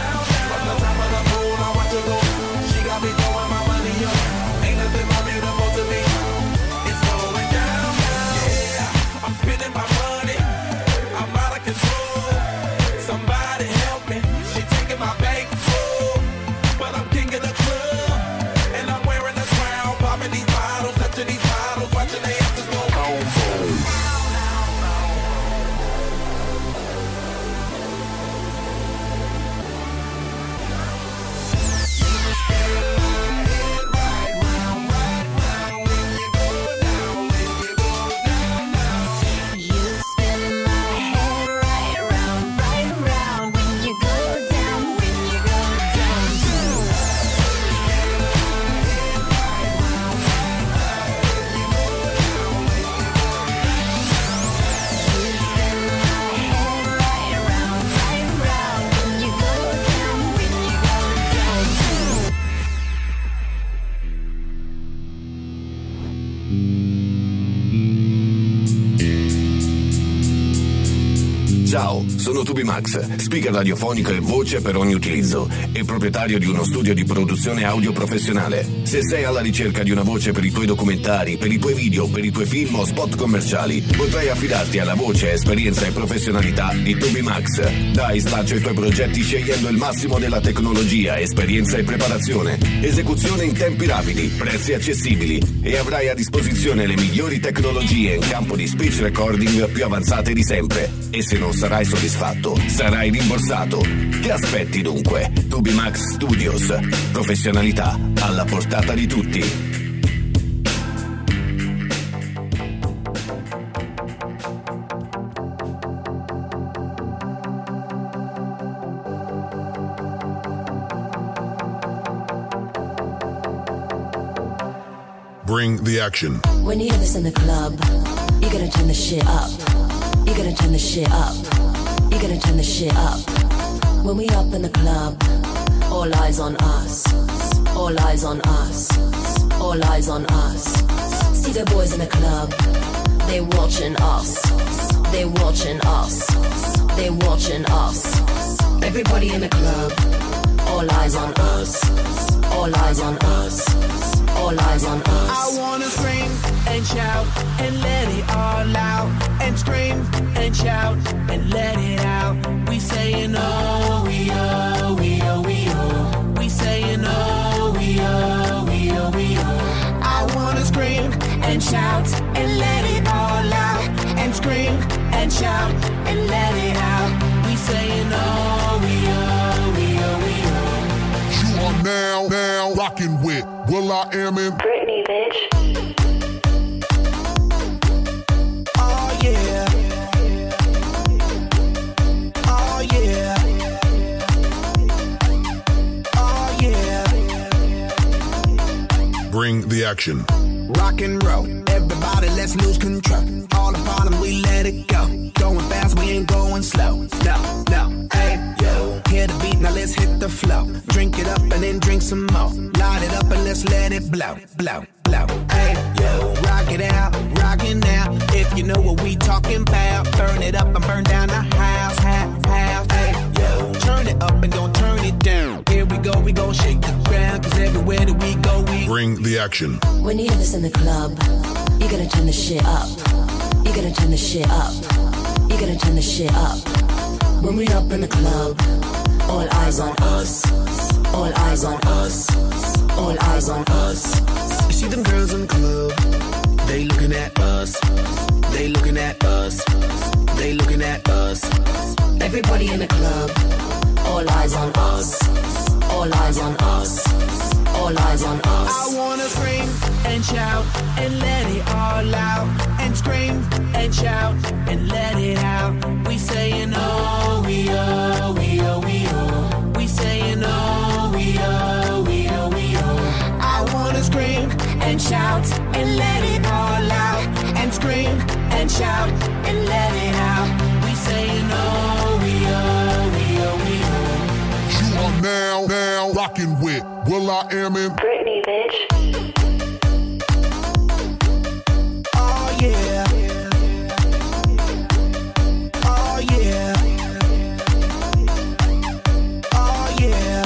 Beautiful Ciao, sono TubiMax, speaker radiofonico e voce per ogni utilizzo e proprietario di uno studio di produzione audio professionale. Se sei alla ricerca di una voce per i tuoi documentari, per i tuoi video, per i tuoi film o spot commerciali, potrai affidarti alla voce, esperienza e professionalità di TubiMax. Dai slancio ai tuoi progetti scegliendo il massimo della tecnologia, esperienza e preparazione. Esecuzione in tempi rapidi, prezzi accessibili e avrai a disposizione le migliori tecnologie in campo di speech recording più avanzate di sempre. E se non sarai soddisfatto, sarai rimborsato. Che aspetti dunque? TubiMax Studios. Professionalità alla portata di tutti. Bring the action. When you hear this in the club, you gotta turn the shit up. You gotta turn the shit up. You gotta turn the shit up. When we up in the club, all eyes on us. All eyes on us. All eyes on us. See the boys in the club, they watching us. They watching us. They watching us. Everybody in the club, all eyes on us. All eyes on us. All eyes on us. I wanna scream and shout and let it all out. And scream and shout and let it out. We saying oh, we oh, we oh, we oh. We saying oh, we oh, we oh, we oh. I wanna scream and shout and let it all out. And scream and shout and let it out. We saying oh, we oh, we oh, we oh. You are now rocking with will.i.am in Britney, bitch. Oh yeah. Oh yeah. Oh yeah. Bring the action. Rock and roll, everybody let's lose control. All the bottom we let it go. Going fast, we ain't going slow. No, no, hey, yo. Hear the beat, now let's hit the flow. Drink it up and then drink some more. Light it up and let's let it blow, blow, blow. Hey, yo. Rock it out, rockin' now. If you know what we talking about, burn it up and burn down the house, house. Hey, yo. Turn it up and don't turn it down. Here we go shake the ground. Cause everywhere that we go, we Bring the action. When you hear this in the club, you gotta turn the shit up. You gotta turn the shit up. You gotta turn the shit up. When we up in the club, all eyes on us. All eyes on us. All eyes on us. You see them girls in the club, they looking at us. They looking at us. They looking at us. Everybody in the club, all eyes on us. All eyes on us. All eyes on us. I wanna scream and shout and let it all out. And scream and shout and let it out. We saying oh, we oh, we oh, we oh. We saying oh, we oh, we oh, we oh. I wanna scream and shout and let it all out. And scream and shout and let it out. We saying oh, we oh, we oh, we oh. You are now rocking with will.i.am in Britney, bitch. Oh yeah. Oh yeah. Oh yeah.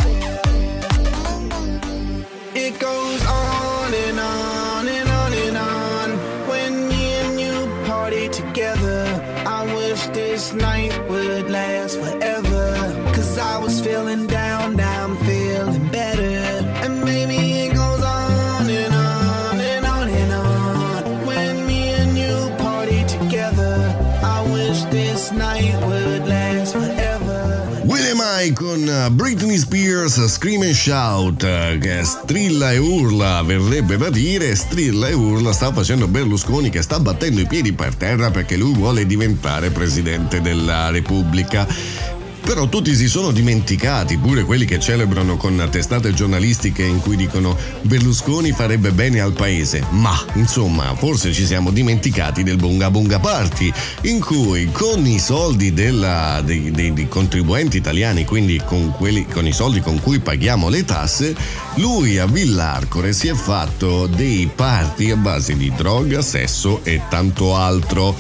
It goes on and on and on and on. When me and you party together, I wish this night would last forever. Cause I was feeling down, now I'm feeling better. And maybe it goes on and on and on and on. When me and you party together, I wish this night would last forever. William I con Britney Spears Scream and Shout, che strilla e urla, verrebbe da dire, strilla e urla sta facendo Berlusconi, che sta battendo i piedi per terra perché lui vuole diventare presidente della Repubblica. Però tutti si sono dimenticati, pure quelli che celebrano con testate giornalistiche in cui dicono Berlusconi farebbe bene al paese. Ma, insomma, forse ci siamo dimenticati del Bunga Bunga Party, in cui con i soldi dei contribuenti italiani, quindi con i soldi con cui paghiamo le tasse, lui a Villarcore si è fatto dei party a base di droga, sesso e tanto altro.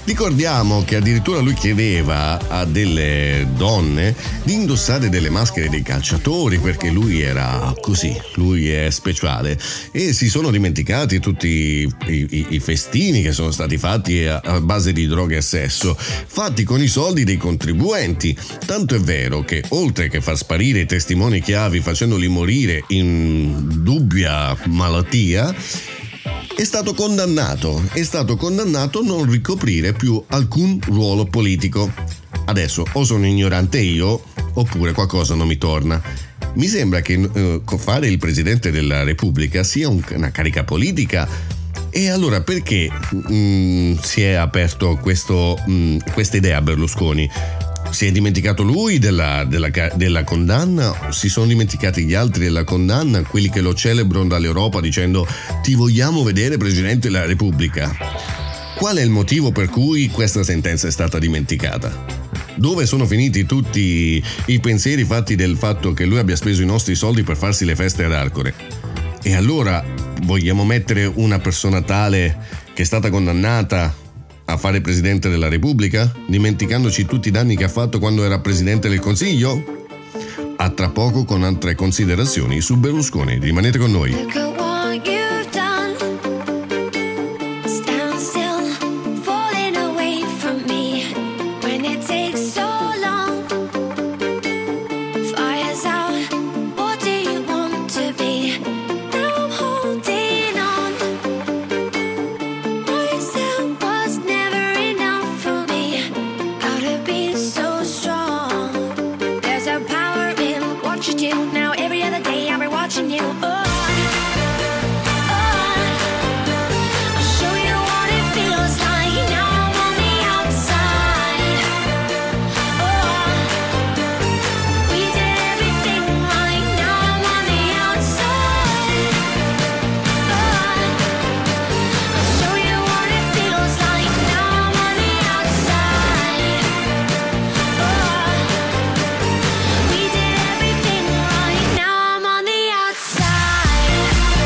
Ricordiamo che addirittura lui chiedeva a delle donne di indossare delle maschere dei calciatori perché lui era così, lui è speciale, e si sono dimenticati tutti i festini che sono stati fatti a base di droghe e sesso, fatti con i soldi dei contribuenti. Tanto è vero che oltre che far sparire i testimoni chiavi facendoli morire in dubbia malattia, è stato condannato a non ricoprire più alcun ruolo politico. Adesso o sono ignorante io oppure qualcosa non mi torna. Mi sembra che fare il Presidente della Repubblica sia una carica politica, e allora perché si è aperto questa idea a Berlusconi? Si è dimenticato lui della condanna? Si sono dimenticati gli altri della condanna, quelli che lo celebrano dall'Europa dicendo ti vogliamo vedere Presidente della Repubblica? Qual è il motivo per cui questa sentenza è stata dimenticata? Dove sono finiti tutti i pensieri fatti del fatto che lui abbia speso i nostri soldi per farsi le feste ad Arcore? E allora vogliamo mettere una persona tale che è stata condannata a fare Presidente della Repubblica, dimenticandoci tutti i danni che ha fatto quando era Presidente del Consiglio? A tra poco con altre considerazioni su Berlusconi. Rimanete con noi. Look at what you've done. Stand still, falling away from me. When it takes so long, fire's out. What do you want to be? Now I'm holding on. Myself was never enough for me. Gotta be so strong. There's a power in what you do. Now every other day I'll be watching you. Oh. I'll show you what it feels like. Now I'm on the outside. Oh, we did everything right. Now I'm on the outside. Oh, I'll show you what it feels like. Now I'm on the outside. Oh, we did everything right. Now I'm on the outside.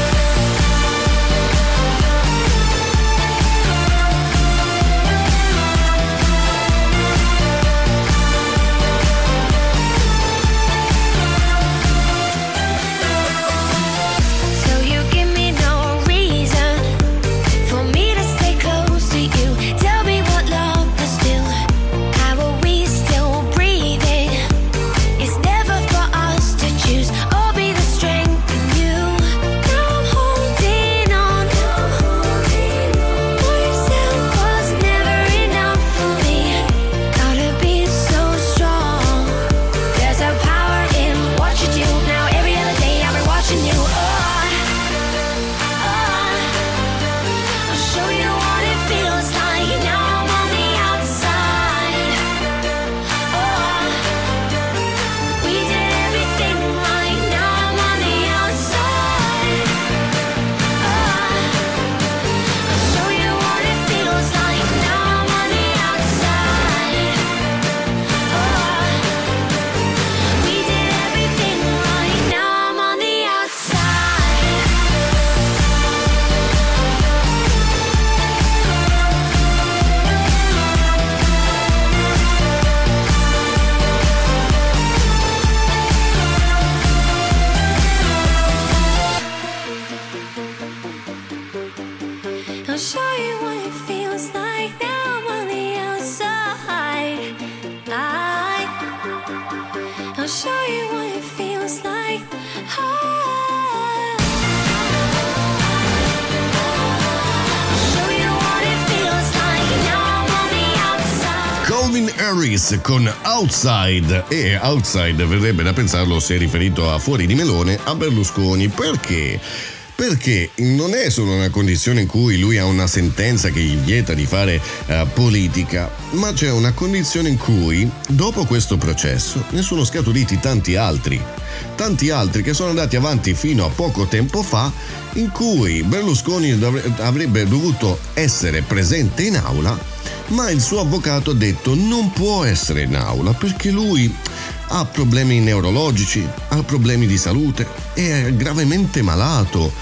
So you give me no reason for me to stay close to you. Tell me what love is do. How are we still breathing? It's never for us to choose. I'll be the strength in you. Now I'm holding on. Myself was never enough for me. Gotta be so strong. There's a power in what you do. Now every other day I'll be watching you. I'll show you what it feels like. Now I'm on the outside. Oh, we did everything right. Now I'm on the outside. I'll show you what it feels like. Now I'm on the outside. We did everything right. Now I'm on the outside. I'll show you what it feels like. Now I'm on the outside. I'll show you what it feels like. I'll show you what it feels like. Now I'm on the outside. Calvin Harris con Outside, e Outside verrebbe da pensarlo si è riferito a fuori di melone a Berlusconi. Perché? Perché non è solo una condizione in cui lui ha una sentenza che gli vieta di fare politica, ma c'è una condizione in cui dopo questo processo ne sono scaturiti tanti altri che sono andati avanti fino a poco tempo fa, in cui Berlusconi avrebbe dovuto essere presente in aula, ma il suo avvocato ha detto non può essere in aula perché lui ha problemi neurologici, ha problemi di salute, è gravemente malato.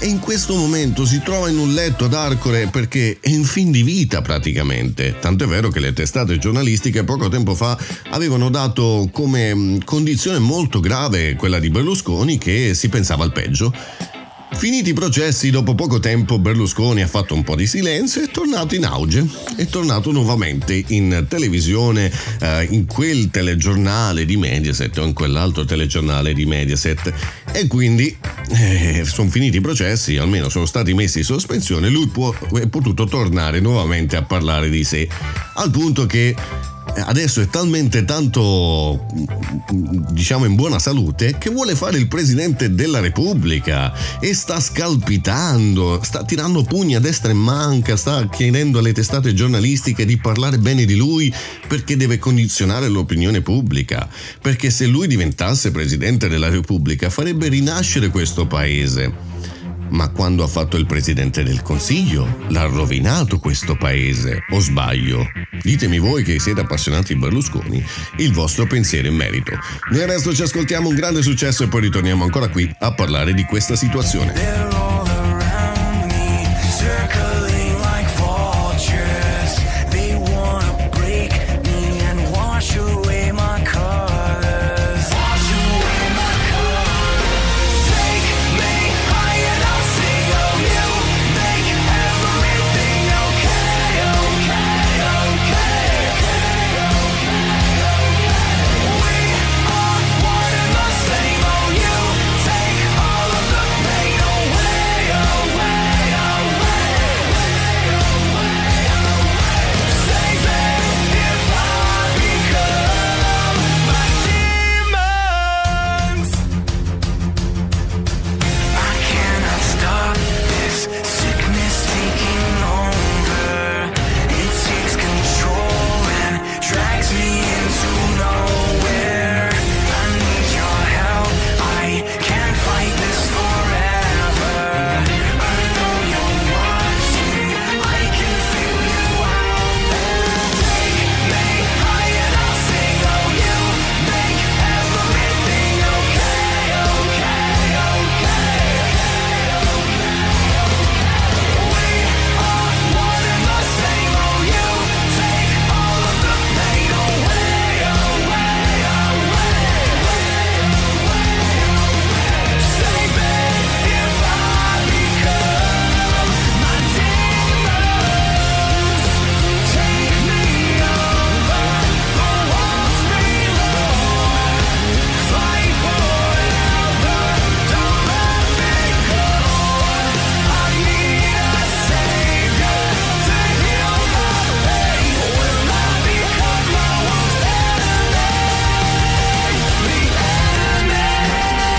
e in questo momento si trova in un letto ad Arcore perché è in fin di vita praticamente. Tant'è vero che le testate giornalistiche poco tempo fa avevano dato come condizione molto grave quella di Berlusconi, che si pensava al peggio. Finiti i processi, dopo poco tempo Berlusconi ha fatto un po' di silenzio e è tornato in auge, è tornato nuovamente in televisione, in quel telegiornale di Mediaset o in quell'altro telegiornale di Mediaset, e quindi sono finiti i processi, almeno sono stati messi in sospensione, lui è potuto tornare nuovamente a parlare di sé, al punto che adesso è talmente tanto, diciamo, in buona salute che vuole fare il presidente della Repubblica e sta scalpitando, sta tirando pugni a destra e manca, sta chiedendo alle testate giornalistiche di parlare bene di lui perché deve condizionare l'opinione pubblica, perché se lui diventasse presidente della Repubblica farebbe rinascere questo paese. Ma quando ha fatto il presidente del Consiglio l'ha rovinato questo paese, o sbaglio? Ditemi voi che siete appassionati di Berlusconi il vostro pensiero in merito. Noi adesso ci ascoltiamo un grande successo e poi ritorniamo ancora qui a parlare di questa situazione. They're all around me, circling like vultures. They wanna break me and wash away my colors. Wash away my colors. Take me high and I'll sing of you. Make everything okay, okay, okay, We are one and the same. Oh, you take all of the pain away, away, away, Save me if I become my demons. I cannot stop this sickness taking over. It takes control and drags me into nowhere. I need your help. I can't fight this forever. I know you're watching. I can feel you out there. Take me high and I'll sing of you. Make everything okay, okay, okay. We are one and the same. Oh, you take all of the pain away, away, away. Save me if I become my demons. Take me over the walls below. Fight forever, don't let me go. I need a savior to heal my pain. Will I become my worst enemy? The enemy.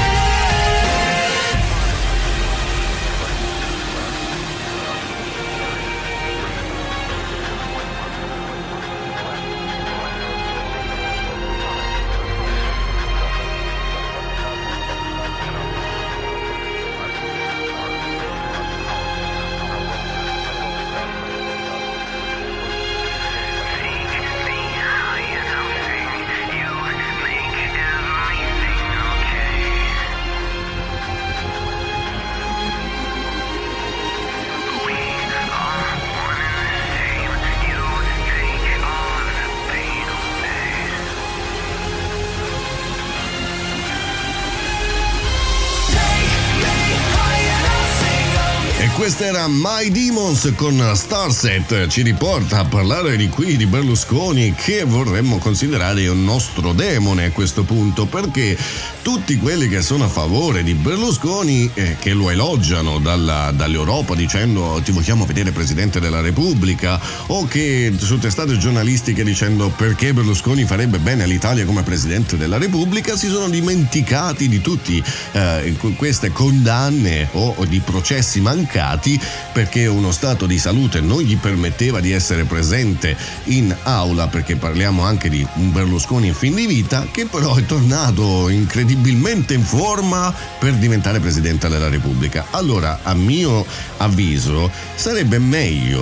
E questa era My Demons con Starset, ci riporta a parlare di qui di Berlusconi, che vorremmo considerare un nostro demone a questo punto, perché tutti quelli che sono a favore di Berlusconi, che lo elogiano dall'Europa dicendo ti vogliamo vedere presidente della Repubblica, o che su testate giornalistiche dicendo perché Berlusconi farebbe bene all'Italia come presidente della Repubblica, si sono dimenticati di tutti queste condanne o di processi mancati perché uno stato di salute non gli permetteva di essere presente in aula, perché parliamo anche di un Berlusconi in fin di vita che però è tornato incredibilmente in forma per diventare presidente della Repubblica. Allora, a mio avviso, sarebbe meglio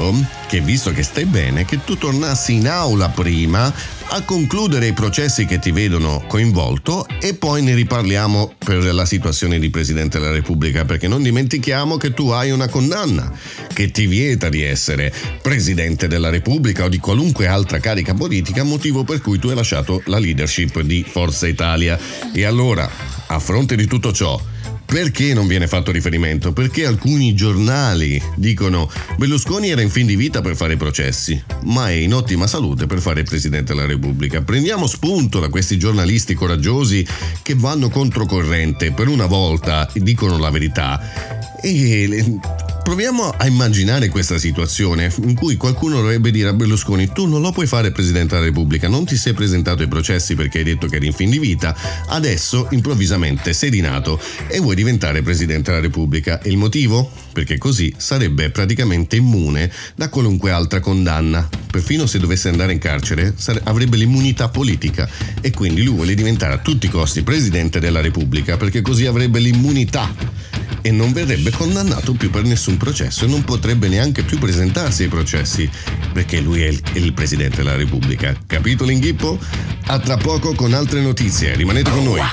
che visto che stai bene, che tu tornassi in aula prima a concludere i processi che ti vedono coinvolto e poi ne riparliamo per la situazione di Presidente della Repubblica, perché non dimentichiamo che tu hai una condanna che ti vieta di essere Presidente della Repubblica o di qualunque altra carica politica, motivo per cui tu hai lasciato la leadership di Forza Italia. E allora, a fronte di tutto ciò, perché non viene fatto riferimento? Perché alcuni giornali dicono Berlusconi era in fin di vita per fare i processi, ma è in ottima salute per fare il Presidente della Repubblica. Prendiamo spunto da questi giornalisti coraggiosi che vanno controcorrente, per una volta dicono la verità, e proviamo a immaginare questa situazione in cui qualcuno dovrebbe dire a Berlusconi: tu non lo puoi fare Presidente della Repubblica, non ti sei presentato ai processi perché hai detto che eri in fin di vita, adesso improvvisamente sei rinato e vuoi diventare Presidente della Repubblica. E il motivo? Perché così sarebbe praticamente immune da qualunque altra condanna. Perfino se dovesse andare in carcere avrebbe l'immunità politica, e quindi lui vuole diventare a tutti i costi Presidente della Repubblica perché così avrebbe l'immunità e non verrebbe condannato più per nessun processo e non potrebbe neanche più presentarsi ai processi perché lui è il Presidente della Repubblica. Capito l'inghippo? A tra poco con altre notizie, rimanete con noi.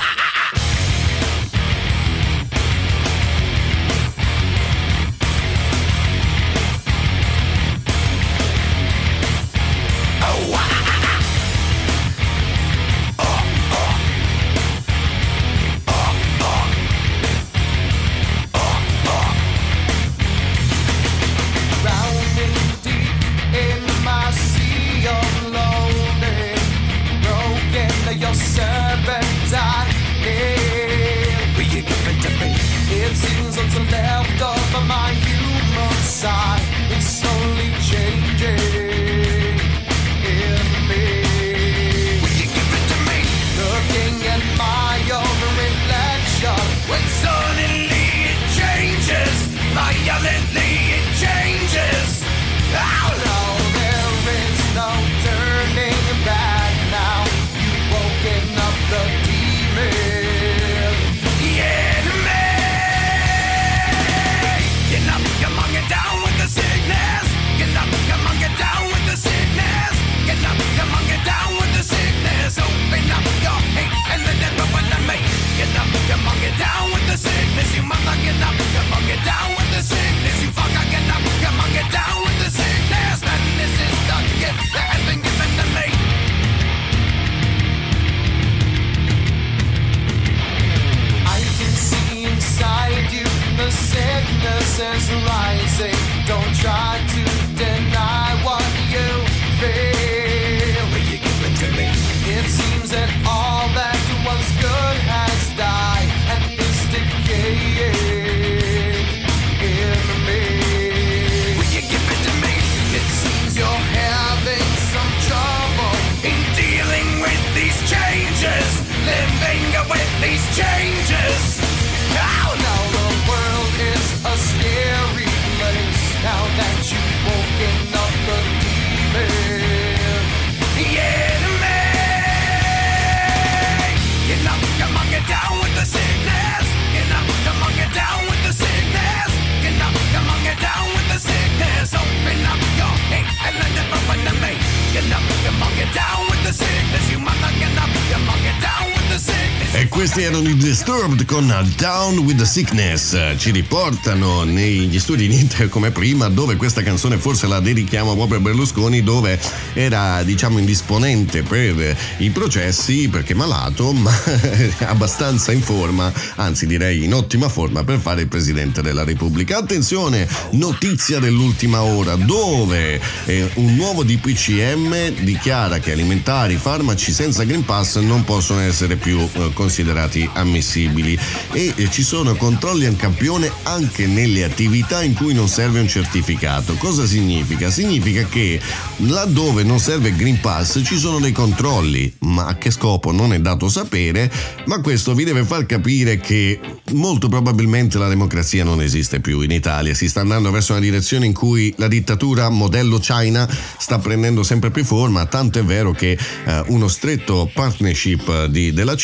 Questi erano i Disturbed con Down with the Sickness. Ci riportano negli studi di Inter come prima, dove questa canzone forse la dedichiamo proprio a Berlusconi, dove era indisponente per i processi perché malato, ma abbastanza in forma, anzi direi in ottima forma per fare il Presidente della Repubblica. Attenzione, notizia dell'ultima ora, dove un nuovo DPCM dichiara che alimentari, farmaci senza Green Pass non possono essere più considerati ammissibili e ci sono controlli a campione anche nelle attività in cui non serve un certificato. Cosa significa? Significa che laddove non serve Green Pass ci sono dei controlli, ma a che scopo non è dato sapere, ma questo vi deve far capire che molto probabilmente la democrazia non esiste più in Italia. Si sta andando verso una direzione in cui la dittatura modello China sta prendendo sempre più forma, tanto è vero che uno stretto partnership della Cina è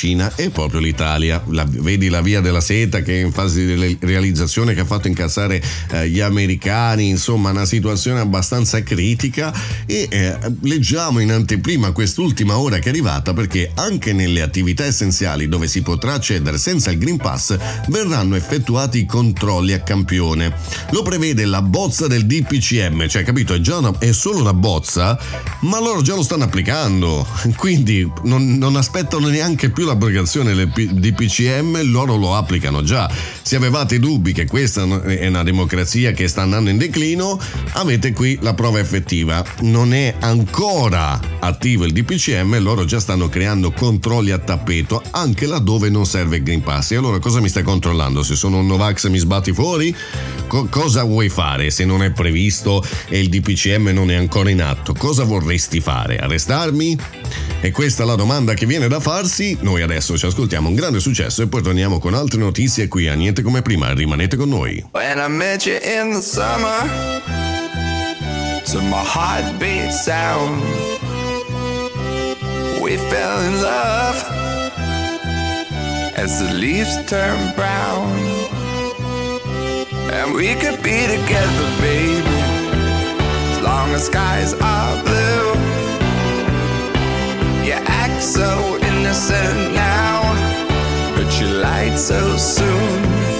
è proprio l'Italia. Vedi la via della seta che è in fase di realizzazione, che ha fatto incassare gli americani, insomma una situazione abbastanza critica, e leggiamo in anteprima quest'ultima ora che è arrivata, perché anche nelle attività essenziali dove si potrà accedere senza il Green Pass verranno effettuati i controlli a campione. Lo prevede la bozza del DPCM, cioè capito, è solo una bozza, ma loro già lo stanno applicando, quindi non aspettano neanche più l'abrogazione del DPCM, loro lo applicano già. Se avevate dubbi che questa è una democrazia che sta andando in declino, avete qui la prova effettiva. Non è ancora attivo il DPCM, loro già stanno creando controlli a tappeto anche laddove non serve il Green Pass. E allora cosa mi stai controllando? Se sono un Novax mi sbatti fuori? Cosa vuoi fare se non è previsto e il DPCM non è ancora in atto? Cosa vorresti fare? Arrestarmi? E questa è la domanda che viene da farsi. Noi adesso ci ascoltiamo un grande successo e poi torniamo con altre notizie qui a Niente Come Prima. Rimanete con noi. When I met you in the summer, to my heartbeat sound, we fell in love as the leaves turn brown, and we could be together, baby, as long as skies are blue. You act so innocent now, but you lied so soon.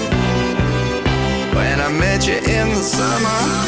When I met you in the summer,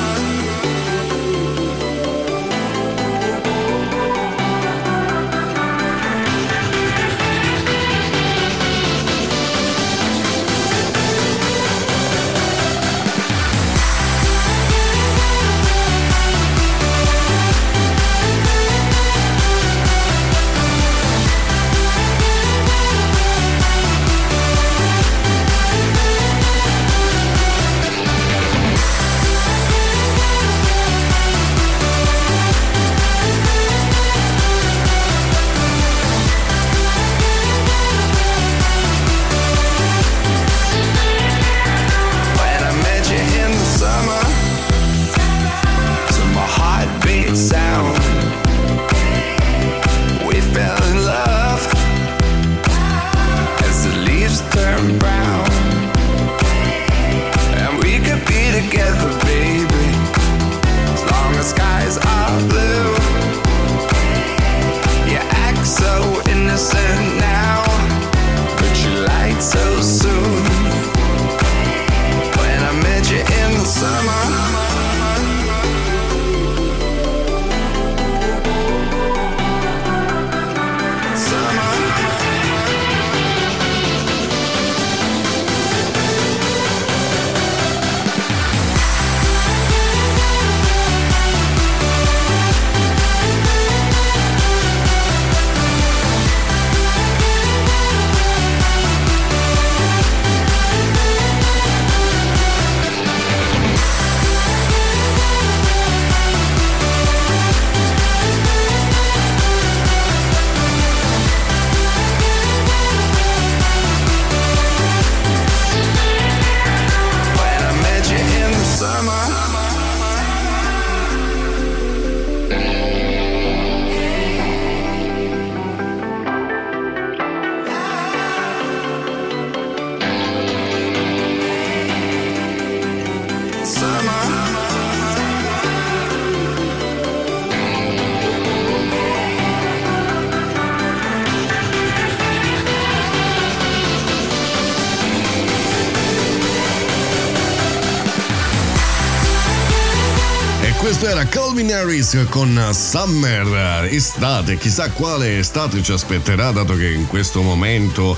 Questo era Calvin Harris con Summer, estate, chissà quale estate ci aspetterà, dato che in questo momento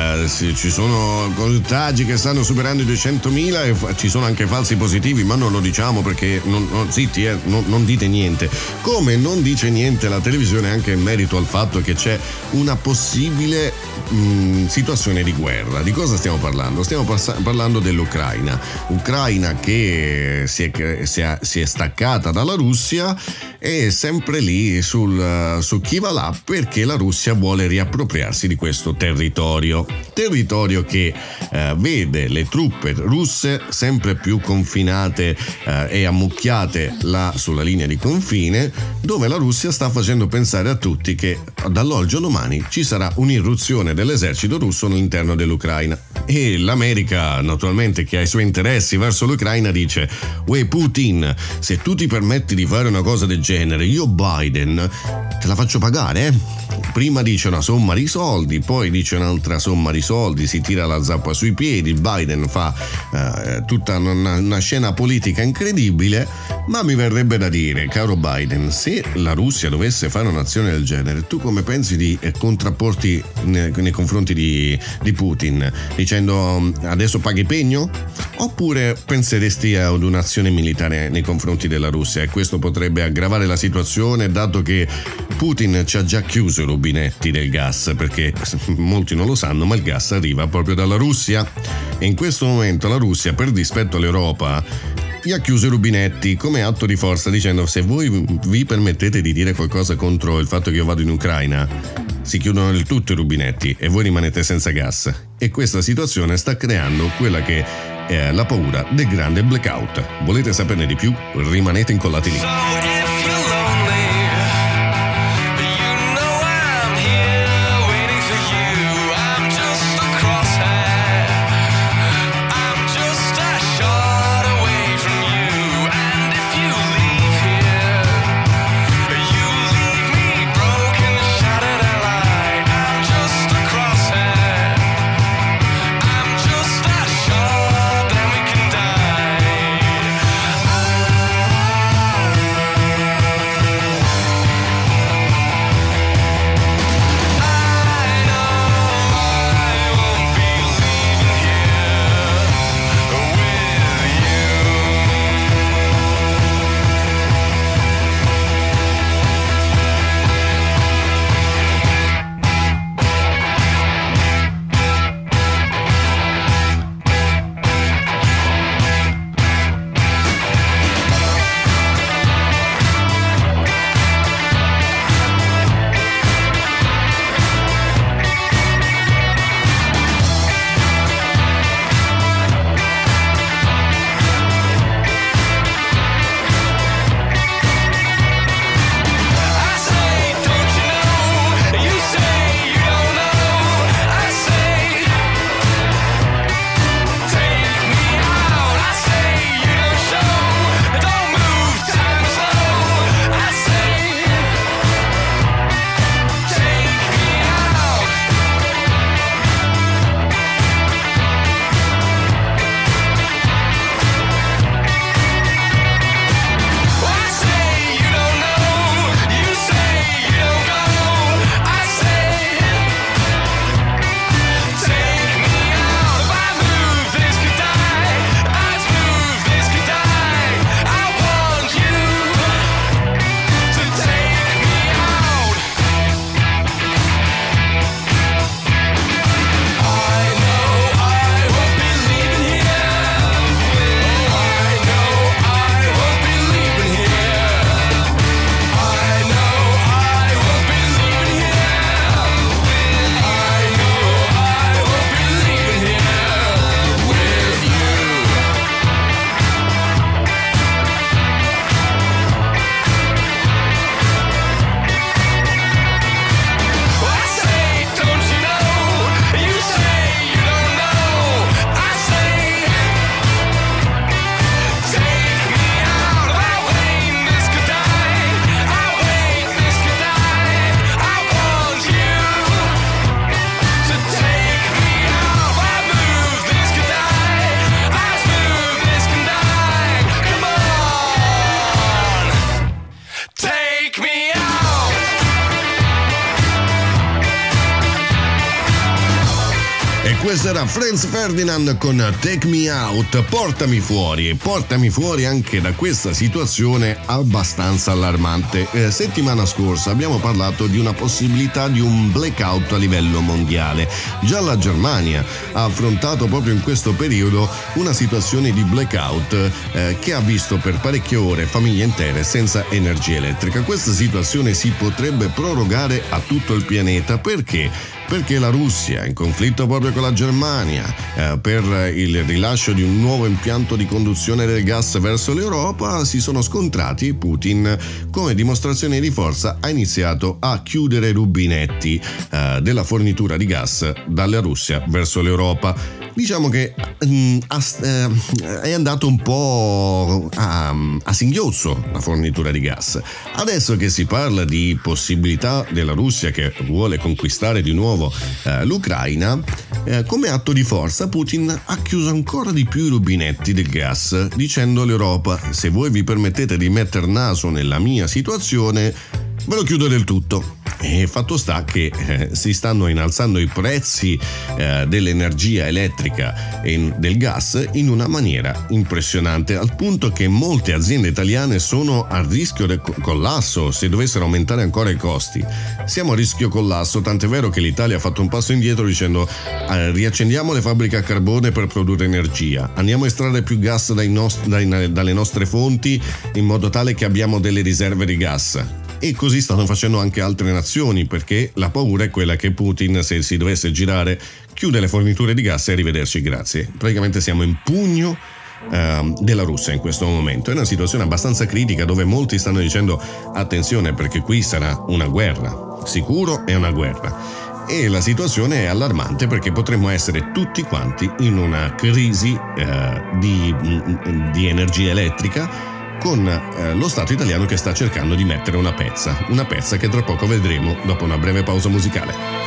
ci sono contagi che stanno superando i 200.000 e ci sono anche falsi positivi, ma non lo diciamo perché zitti, non dite niente. Come non dice niente la televisione anche in merito al fatto che c'è una possibile situazione di guerra. Di cosa stiamo parlando? Stiamo parlando dell'Ucraina che si è staccata dalla Russia è sempre lì su chi va là, perché la Russia vuole riappropriarsi di questo territorio che vede le truppe russe sempre più confinate e ammucchiate là sulla linea di confine, dove la Russia sta facendo pensare a tutti che dall'oggi al domani ci sarà un'irruzione dell'esercito russo all'interno dell'Ucraina. E l'America, naturalmente, che ha i suoi interessi verso l'Ucraina, dice: uè Putin, se tu ti permetti di fare una cosa del genere, io Biden te la faccio pagare, Prima dice una somma di soldi, poi dice un'altra somma di soldi, si tira la zappa sui piedi, Biden fa tutta una scena politica incredibile, ma mi verrebbe da dire, caro Biden, se la Russia dovesse fare un'azione del genere, tu come pensi di contrapporti nei confronti di Putin, dicendo adesso paghi pegno? Oppure penseresti ad un'azione militare nei confronti della Russia? E questo potrebbe aggravare la situazione, dato che Putin ci ha già chiuso i rubinetti del gas, perché molti non lo sanno, ma il gas arriva proprio dalla Russia, e in questo momento la Russia, per dispetto all'Europa, gli ha chiuso i rubinetti come atto di forza, dicendo: se voi vi permettete di dire qualcosa contro il fatto che io vado in Ucraina, si chiudono del tutto i rubinetti e voi rimanete senza gas. E questa situazione sta creando quella che è la paura del grande blackout. Volete saperne di più? Rimanete incollati lì. Die. Questo era Franz Ferdinand con Take Me Out, portami fuori anche da questa situazione abbastanza allarmante. Settimana scorsa abbiamo parlato di una possibilità di un blackout a livello mondiale. Già la Germania ha affrontato proprio in questo periodo una situazione di blackout che ha visto per parecchie ore famiglie intere senza energia elettrica. Questa situazione si potrebbe prorogare a tutto il pianeta. Perché? Perché la Russia, in conflitto proprio con la Germania, per il rilascio di un nuovo impianto di conduzione del gas verso l'Europa, si sono scontrati. Putin, come dimostrazione di forza, ha iniziato a chiudere i rubinetti della fornitura di gas dalla Russia verso l'Europa. Diciamo che è andato un po' a singhiozzo la fornitura di gas. Adesso che si parla di possibilità della Russia che vuole conquistare di nuovo l'Ucraina, come atto di forza Putin ha chiuso ancora di più i rubinetti del gas, dicendo all'Europa: se voi vi permettete di metter naso nella mia situazione, ve lo chiudo del tutto. E fatto sta che si stanno innalzando i prezzi dell'energia elettrica e del gas in una maniera impressionante, al punto che molte aziende italiane sono a rischio del collasso se dovessero aumentare ancora i costi. Siamo a rischio collasso, tant'è vero che l'Italia ha fatto un passo indietro dicendo: riaccendiamo le fabbriche a carbone per produrre energia, andiamo a estrarre più gas dalle nostre fonti in modo tale che abbiamo delle riserve di gas. E così stanno facendo anche altre nazioni, perché la paura è quella che Putin, se si dovesse girare, chiude le forniture di gas e arrivederci, grazie. Praticamente siamo in pugno della Russia in questo momento. È una situazione abbastanza critica dove molti stanno dicendo: attenzione, perché qui sarà una guerra, sicuro è una guerra. E la situazione è allarmante perché potremmo essere tutti quanti in una crisi di energia elettrica, con lo Stato italiano che sta cercando di mettere una pezza che tra poco vedremo dopo una breve pausa musicale.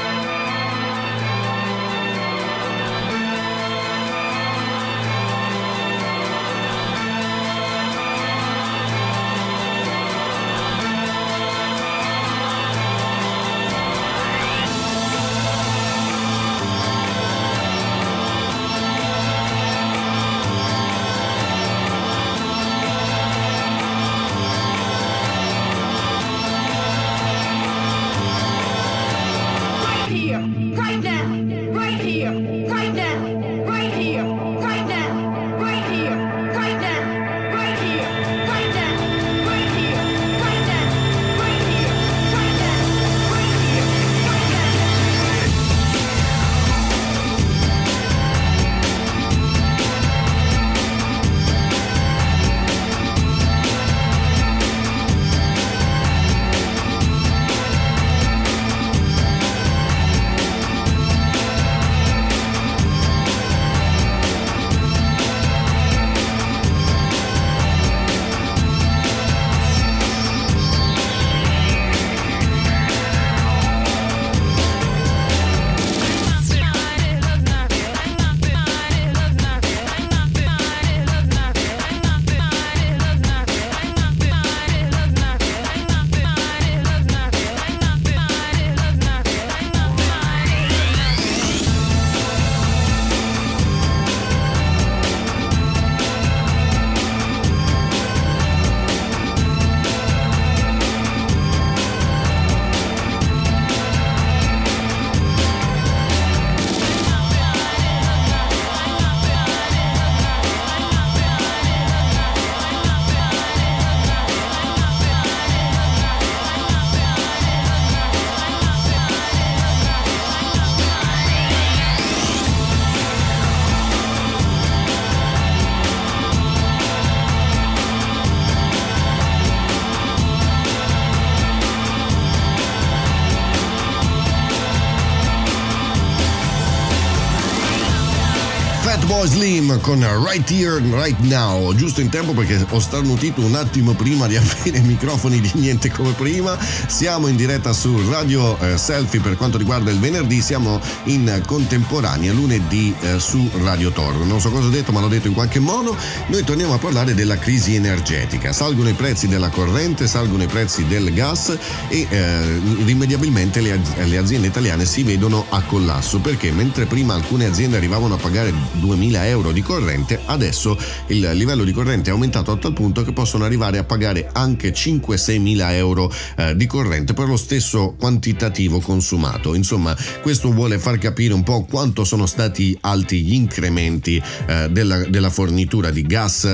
Fatboy Slim con Right Here, Right Now, giusto in tempo perché ho starnutito un attimo prima di aprire i microfoni di Niente Come Prima. Siamo in diretta su Radio Selfie per quanto riguarda il venerdì, siamo in contemporanea lunedì su Radio Toro. Non so cosa ho detto, ma l'ho detto in qualche modo. Noi torniamo a parlare della crisi energetica. Salgono i prezzi della corrente, salgono i prezzi del gas e irrimediabilmente le aziende italiane si vedono a collasso, perché mentre prima alcune aziende arrivavano a pagare 2.000 euro di corrente, adesso il livello di corrente è aumentato a tal punto che possono arrivare a pagare anche 5-6.000 euro di corrente per lo stesso quantitativo consumato. Insomma, questo vuole far capire un po' quanto sono stati alti gli incrementi della fornitura di gas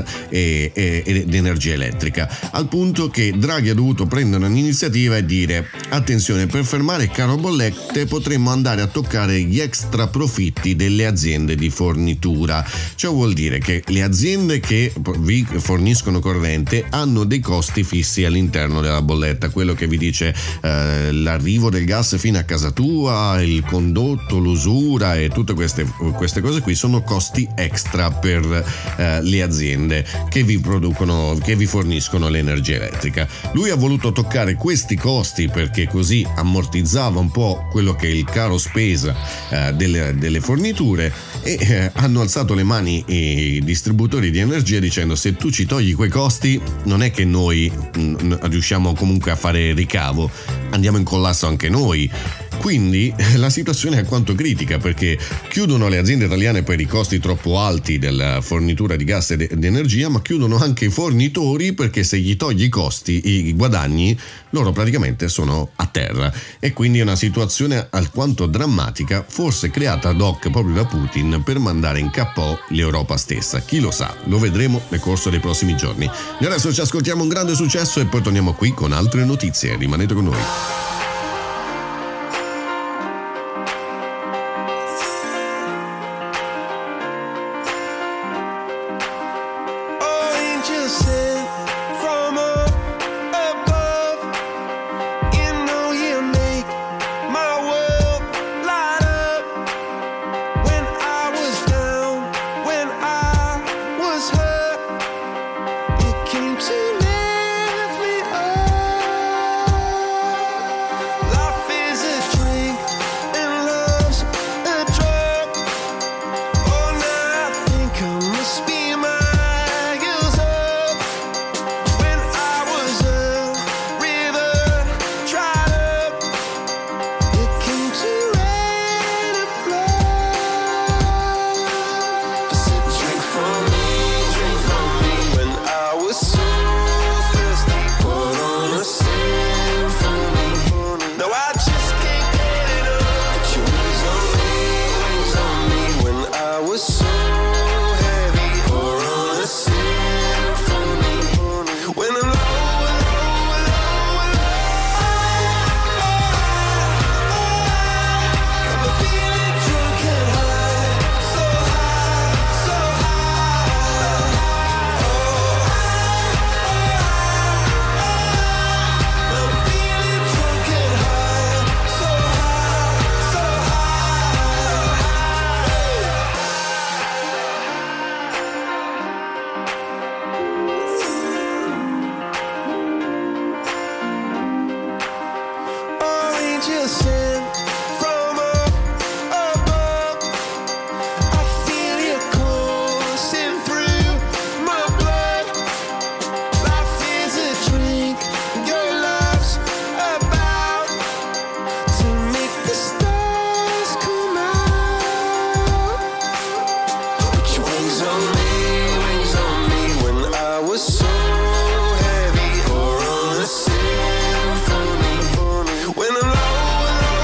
e di energia elettrica, al punto che Draghi ha dovuto prendere un'iniziativa e dire: attenzione, per fermare il caro bollette potremmo andare a toccare gli extra profitti delle aziende di fornitura. Ciò vuol dire che le aziende che vi forniscono corrente hanno dei costi fissi all'interno della bolletta, quello che vi dice l'arrivo del gas fino a casa tua, il condotto, l'usura e tutte queste cose qui sono costi extra per le aziende che vi forniscono l'energia elettrica. Lui ha voluto toccare questi costi perché così ammortizzava un po' quello che è il caro spesa delle forniture, e hanno alzato le mani i distributori di energia dicendo: se tu ci togli quei costi non è che noi riusciamo comunque a fare ricavo, andiamo in collasso anche noi. Quindi la situazione è alquanto critica, perché chiudono le aziende italiane per i costi troppo alti della fornitura di gas e di energia, ma chiudono anche i fornitori perché se gli togli i costi, i guadagni, loro praticamente sono a terra. E quindi è una situazione alquanto drammatica, forse creata ad hoc proprio da Putin per mandare in KO l'Europa stessa. Chi lo sa, lo vedremo nel corso dei prossimi giorni. E adesso ci ascoltiamo un grande successo e poi torniamo qui con altre notizie. Rimanete con noi. When I'm low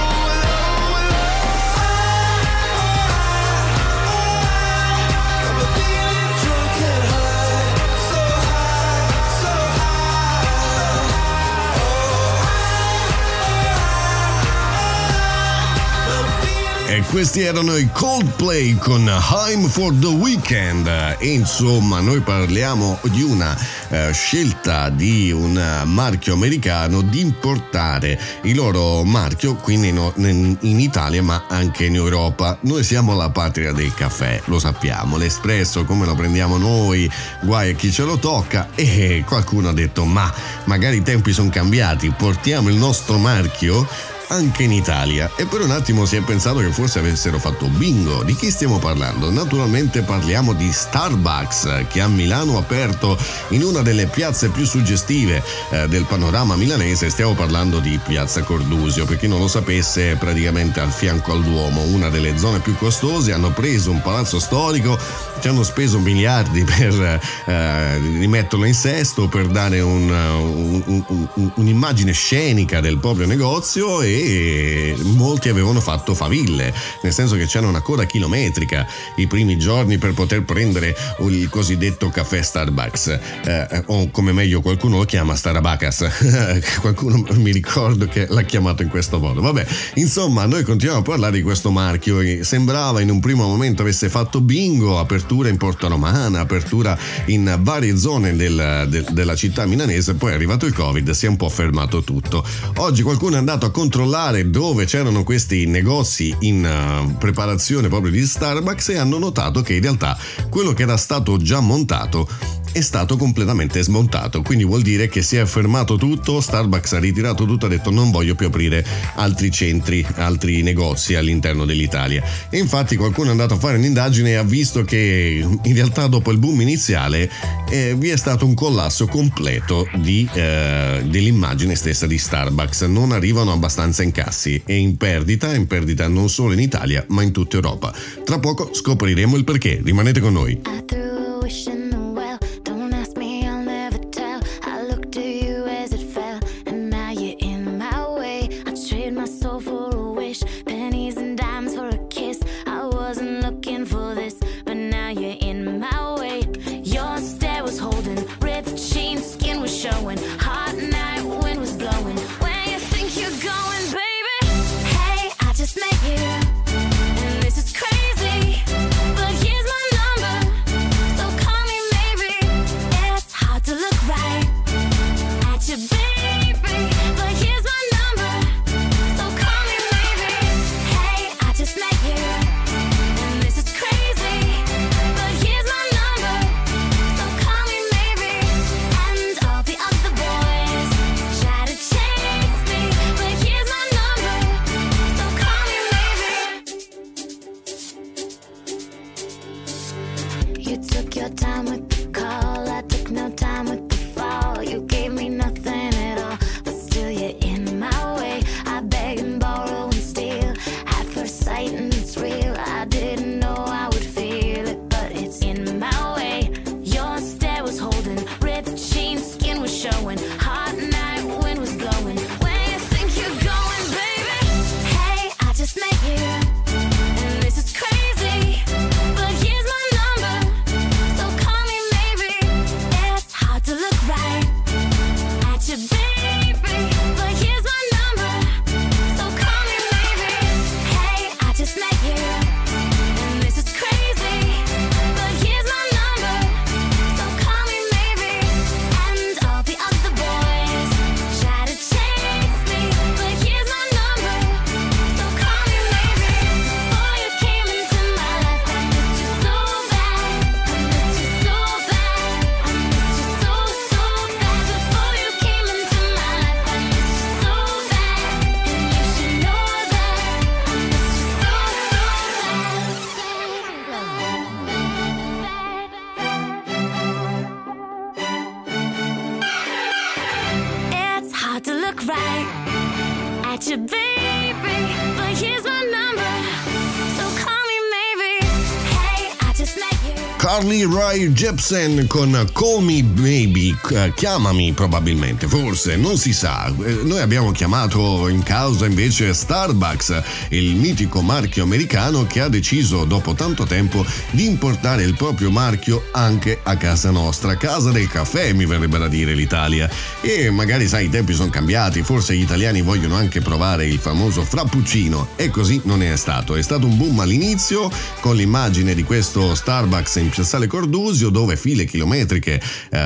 E questi erano i Coldplay con I'm for the Weekend. E insomma, noi parliamo di una scelta di un marchio americano di importare il loro marchio qui in Italia, ma anche in Europa. Noi siamo la patria del caffè, lo sappiamo, l'espresso come lo prendiamo noi, guai a chi ce lo tocca. E qualcuno ha detto: ma magari i tempi sono cambiati, portiamo il nostro marchio anche in Italia. E per un attimo si è pensato che forse avessero fatto bingo. Di chi stiamo parlando? Naturalmente parliamo di Starbucks, che a Milano ha aperto in una delle piazze più suggestive del panorama milanese. Stiamo parlando di Piazza Cordusio. Per chi non lo sapesse, praticamente al fianco al Duomo, una delle zone più costose. Hanno preso un palazzo storico, ci hanno speso miliardi per rimetterlo in sesto, per dare un'immagine scenica del proprio negozio, e molti avevano fatto faville, nel senso che c'era una coda chilometrica i primi giorni per poter prendere il cosiddetto caffè Starbucks, o come meglio qualcuno lo chiama Starabacas. Qualcuno mi ricordo che l'ha chiamato in questo modo. Vabbè, insomma, noi continuiamo a parlare di questo marchio che sembrava in un primo momento avesse fatto bingo, apertura in Porta Romana, apertura in varie zone della città milanese. Poi è arrivato il Covid, si è un po' fermato tutto. Oggi qualcuno è andato a controllare dove c'erano questi negozi in preparazione proprio di Starbucks, e hanno notato che in realtà quello che era stato già montato è stato completamente smontato. Quindi vuol dire che si è fermato tutto, Starbucks ha ritirato tutto, ha detto: non voglio più aprire altri centri, altri negozi all'interno dell'Italia. E infatti qualcuno è andato a fare un'indagine e ha visto che in realtà dopo il boom iniziale vi è stato un collasso completo dell'immagine stessa di Starbucks. Non arrivano abbastanza incassi, e in perdita non solo in Italia ma in tutta Europa. Tra poco scopriremo il perché, rimanete con noi. Carly Rae Jepsen con Call Me Baby, chiamami probabilmente, forse, non si sa. Noi abbiamo chiamato in causa invece Starbucks, il mitico marchio americano che ha deciso dopo tanto tempo di importare il proprio marchio anche a casa nostra, casa del caffè mi verrebbe da dire l'Italia. E magari sai, i tempi sono cambiati, forse gli italiani vogliono anche provare il famoso frappuccino, e così non è stato. È stato un boom all'inizio con l'immagine di questo Starbucks in Piazzale Cordusio, dove file chilometriche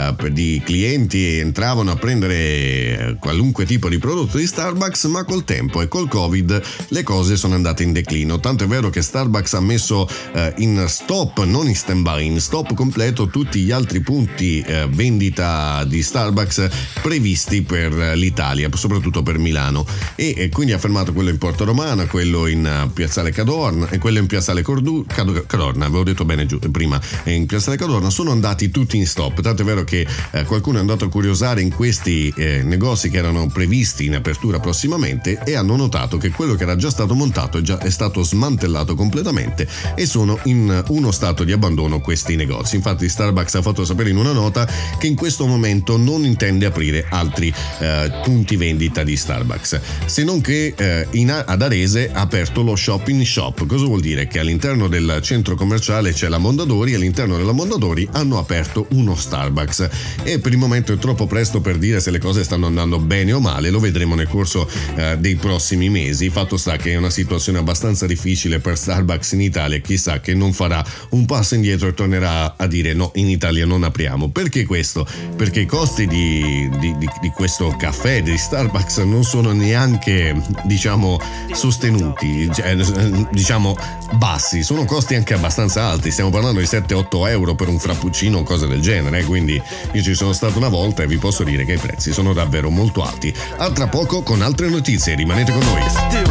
di clienti entravano a prendere qualunque tipo di prodotto di Starbucks, ma col tempo e col Covid le cose sono andate in declino, tanto è vero che Starbucks ha messo in stop, non in stand-by, in stop completo tutti gli altri punti vendita di Starbucks previsti per l'Italia, soprattutto per Milano, e quindi ha fermato quello in Porta Romana, quello in Piazzale Cadorna e quello in Piazzale Cadorna, avevo detto bene prima, in Piazzale Cadorna sono andati tutti in stop, tanto è vero che qualcuno è andato a curiosare in questi negozi che erano previsti in apertura prossimamente e hanno notato che quello che era già stato montato è stato smantellato completamente e sono in uno stato di abbandono questi negozi. Infatti Starbucks ha fatto sapere in una nota che in questo momento non intende aprire altri punti vendita di Starbucks, se non che ad Arese ha aperto lo shop in shop. Cosa vuol dire? Che all'interno del centro commerciale c'è la Mondadori e all'interno della Mondadori hanno aperto uno Starbucks, e per il momento è troppo presto per dire se le cose stanno andando bene o male, lo vedremo nel corso dei prossimi mesi. Fatto sta che è una situazione abbastanza difficile per Starbucks in Italia, chissà che non farà un passo indietro e tornerà a dire no, in Italia non apriamo. Perché questo? Perché i costi di questo caffè di Starbucks non sono neanche, diciamo, sostenuti, diciamo bassi, sono costi anche abbastanza alti, stiamo parlando di 7-8 euro per un frappuccino o cose del genere, quindi io ci sono stato una volta e vi posso dire che i prezzi sono davvero molto alti. A tra poco con altre notizie, rimanete con noi.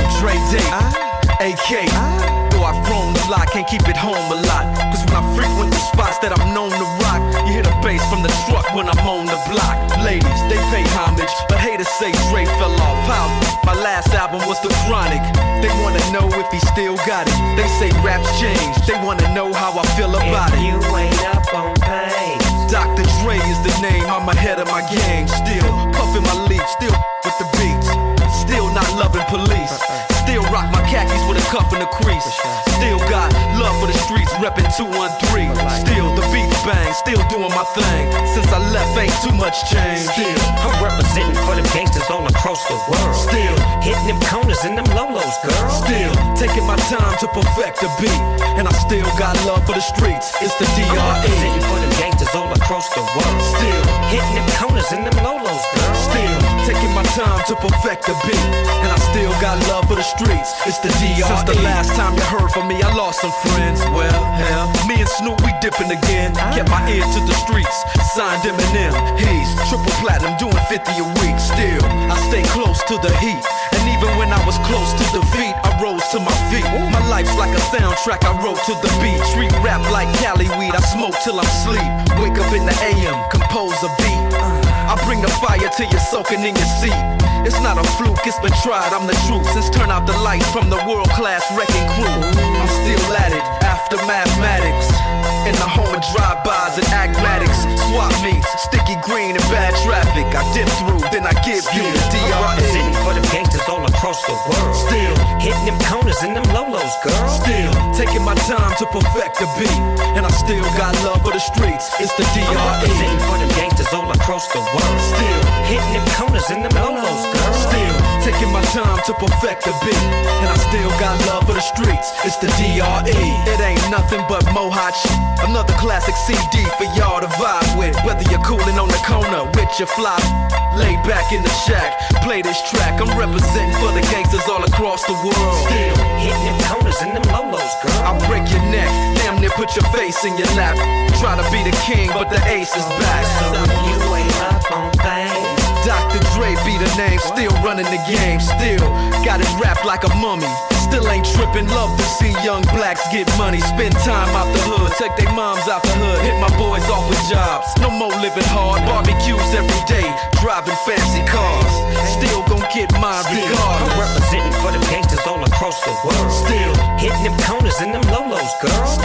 Though I've grown a lot, can't keep it home a lot. Cause when I frequent the spots that I'm known to rock, you hear the bass from the truck when I'm on the block. Ladies, they pay homage, but haters say Dre fell off. How? My last album was The Chronic. They wanna know if he still got it. They say raps change, they wanna know how I feel about it. You ain't up on pain. Dr. Dre is the name, I'm ahead of my gang. Still puffin' my leaf, still with the beats. Still not loving police. Still rock my khakis with a cuff and a crease. Still got love for the streets, reppin' 213. Still the beats bang, still doing my thing. Since I left, ain't too much change. Still, I'm representing for them gangsters all across the world. Still hitting them corners and them lolos, girl. Still taking my time to perfect the beat, and I still got love for the streets. It's the DRE. I'm representing for them gangsters all across the world. Still hitting them corners and them lolos, girl. Still taking my time to perfect the beat, and I still got love for the streets. It's the DRE. Since the last time you heard from me, I lost some friends. Well, hell, me and Snoop, we dipping again. Kept my ear to the streets, signed Eminem. He's triple platinum, doing 50 a week. Still, I stay close to the heat, and even when I was close to defeat, I rose to my feet. My life's like a soundtrack, I wrote to the beat. Street rap like Cali weed, I smoke till I'm sleep. Wake up in the AM, compose a beat. I bring the fire till you're soaking in your seat. It's not a fluke, it's been tried, I'm the truth. Since turn out the lights from the world-class wrecking crew, I'm still at it, after mathematics. In the home of drive-bys and acmatics. Swap meets, sticky green and bad traffic. I dip through, then I give you the DRE. I'm representing for them gangsters all across the world. Still hitting them corners and them lolos, girl. Still taking my time to perfect the beat, and I still got love for the streets. It's the DRE. I'm representing for them gangsters all across the world. Still hitting them corners and them lolos, girl. Still taking my time to perfect the beat, and I still got love for the streets. It's the DRE. It ain't nothing but mohawk shit. Another classic CD for y'all to vibe with. Whether you're coolin' on the corner with your fly, lay back in the shack, play this track. I'm representing for the gangsters all across the world. Still hitting them corners and them lolos, girl. I'll break your neck, damn near put your face in your lap. Try to be the king, but the ace is back. So you ain't up on things. Dr. Dre be the name, still running the game, still got it wrapped like a mummy. Still ain't tripping, love to see young blacks get money. Spend time out the hood, take their moms out the hood. Hit my boys off with jobs, no more living hard. Barbecues every day, driving fancy cars. Still gon' get mine regardless. I'm representing for them gangsters all across the world. Still hitting them corners and them lolos, girl. Still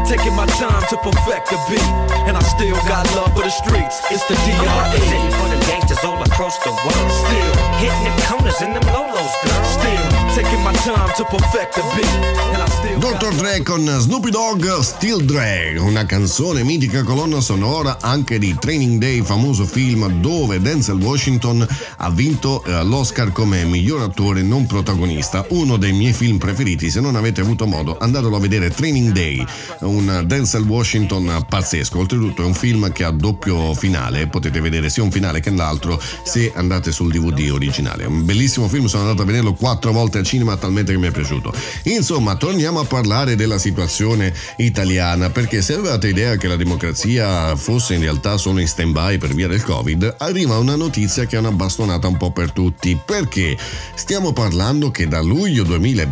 taking my time to perfect the beat, and I still got love for the streets. It's the I'm DRE. representing for the gangsters all across the world. Still hitting them corners in them lolos, girl. Still taking my time to perfect the beat, and I still got Dr. Dre con Snoopy Dogg, Still Dre, una canzone mitica colonna sonora anche di Training Day, famoso film dove Denzel Washington ha vinto l'Oscar come miglior attore non protagonista, uno dei miei film preferiti. Se non avete avuto modo, andatelo a vedere. Training Day, un Denzel Washington pazzesco. Oltretutto è un film che ha doppio finale, potete vedere sia un finale che l'altro se andate sul DVD originale. Un bellissimo film, sono andato a vederlo 4 volte al cinema, talmente che mi è piaciuto. Insomma, torniamo a parlare della situazione italiana, perché se avevate idea che la democrazia fosse in realtà solo in stand-by per via del Covid, arriva una notizia che è una bastonata un po' per tutti, perché stiamo parlando che da luglio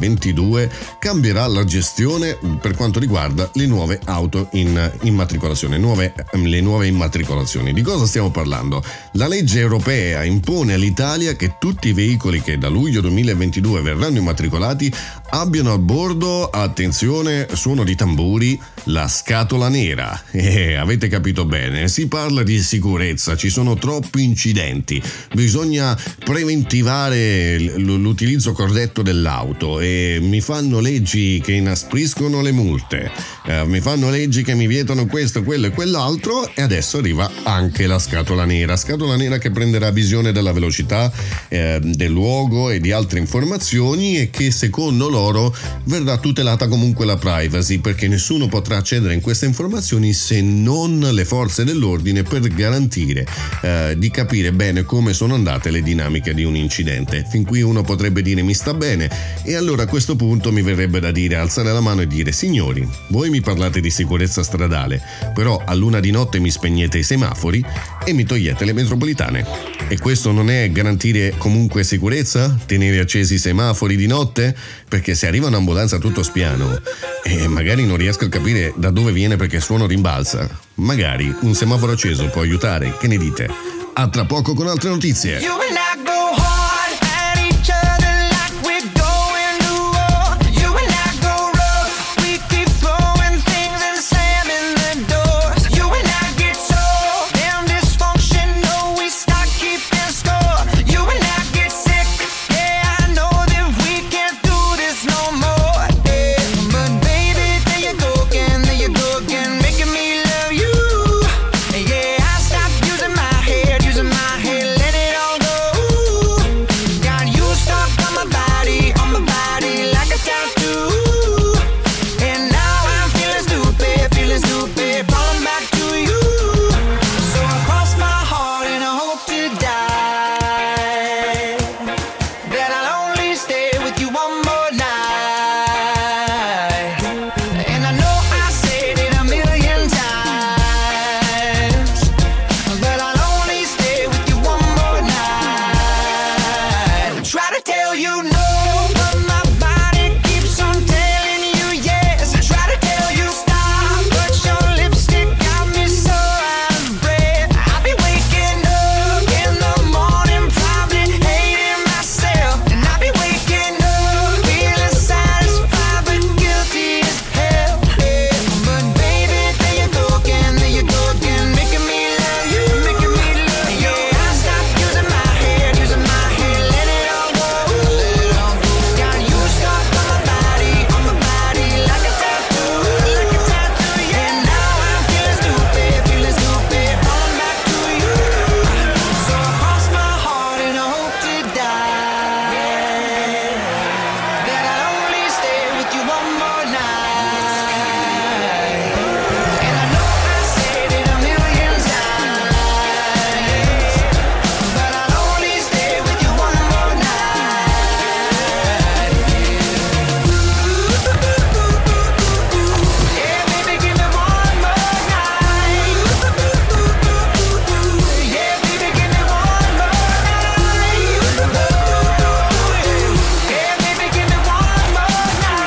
2022 cambierà la gestione per quanto riguarda le nuove auto in immatricolazione, le nuove immatricolazioni. Di cosa stiamo parlando? La legge europea impone all'Italia che tutti i veicoli che da luglio 2022 verranno immatricolati abbiano a bordo, attenzione, suono di tamburi, la scatola nera. Avete capito bene, si parla di sicurezza, ci sono troppi incidenti, bisogna preventivare l'utilizzo corretto dell'auto e mi fanno leggi che inaspriscono le multe, mi fanno leggi che mi vietano questo, quello e quell'altro, e adesso arriva anche la scatola nera che prenderà visione della velocità, del luogo e di altre informazioni, e che secondo loro verrà tutelata comunque la privacy, perché nessuno potrà accedere in queste informazioni se non le forze dell'ordine, per garantire di capire bene come sono andate le dinamiche di un incidente. Fin qui uno potrebbe dire mi sta bene, e allora a questo punto mi verrebbe da dire, alzare la mano e dire: signori, voi mi parlate di sicurezza stradale, però a luna di notte mi spegnete i semafori e mi togliete le metropolitane, e questo non è garantire comunque sicurezza? Tenere accesi i semafori di notte? Perché se arriva un'ambulanza tutto spiano e magari non riesco a capire da dove viene perché il suono rimbalza, magari un semaforo acceso può aiutare. Che ne dite? A tra poco con altre notizie. You and I go hard at each other like we're going to war. You and I go rough, we keep throwing things and slamming the doors. You and I get so damn dysfunctional, we start keeping score. You and I get sick, yeah, I know that we can't do this no more. Yeah. But baby, there you go again, making me love you. Yeah, I stopped using my head, let it all go. Got you stuck on my body like a tattoo. And now I'm feeling stupid, falling back to you. So I cross my heart and I hope to die that I'll only stay with you one more night. And I know I said it a million times, but I'll only stay with you one more night. Try to tell you no, but my body keeps on telling you yes. I try to tell you stop, but your lipstick got me so out of breath. I'll be waking up in the morning, probably hating myself. And I'll be waking up feeling satisfied, but guilty as hell. But baby, there you go again, making me love you. Yeah, I stopped using my head, let it all go. Got you stuck on my body like a tattoo. And now I'm feeling stupid, falling back to you. So I cross my heart and I hope to die that I'll only stay with you one more night. And I know I said it a million times, but I'll only stay with you one more night. Yeah, baby, give me one more night. Yeah, baby, give me one more night. Yeah, baby, give me one more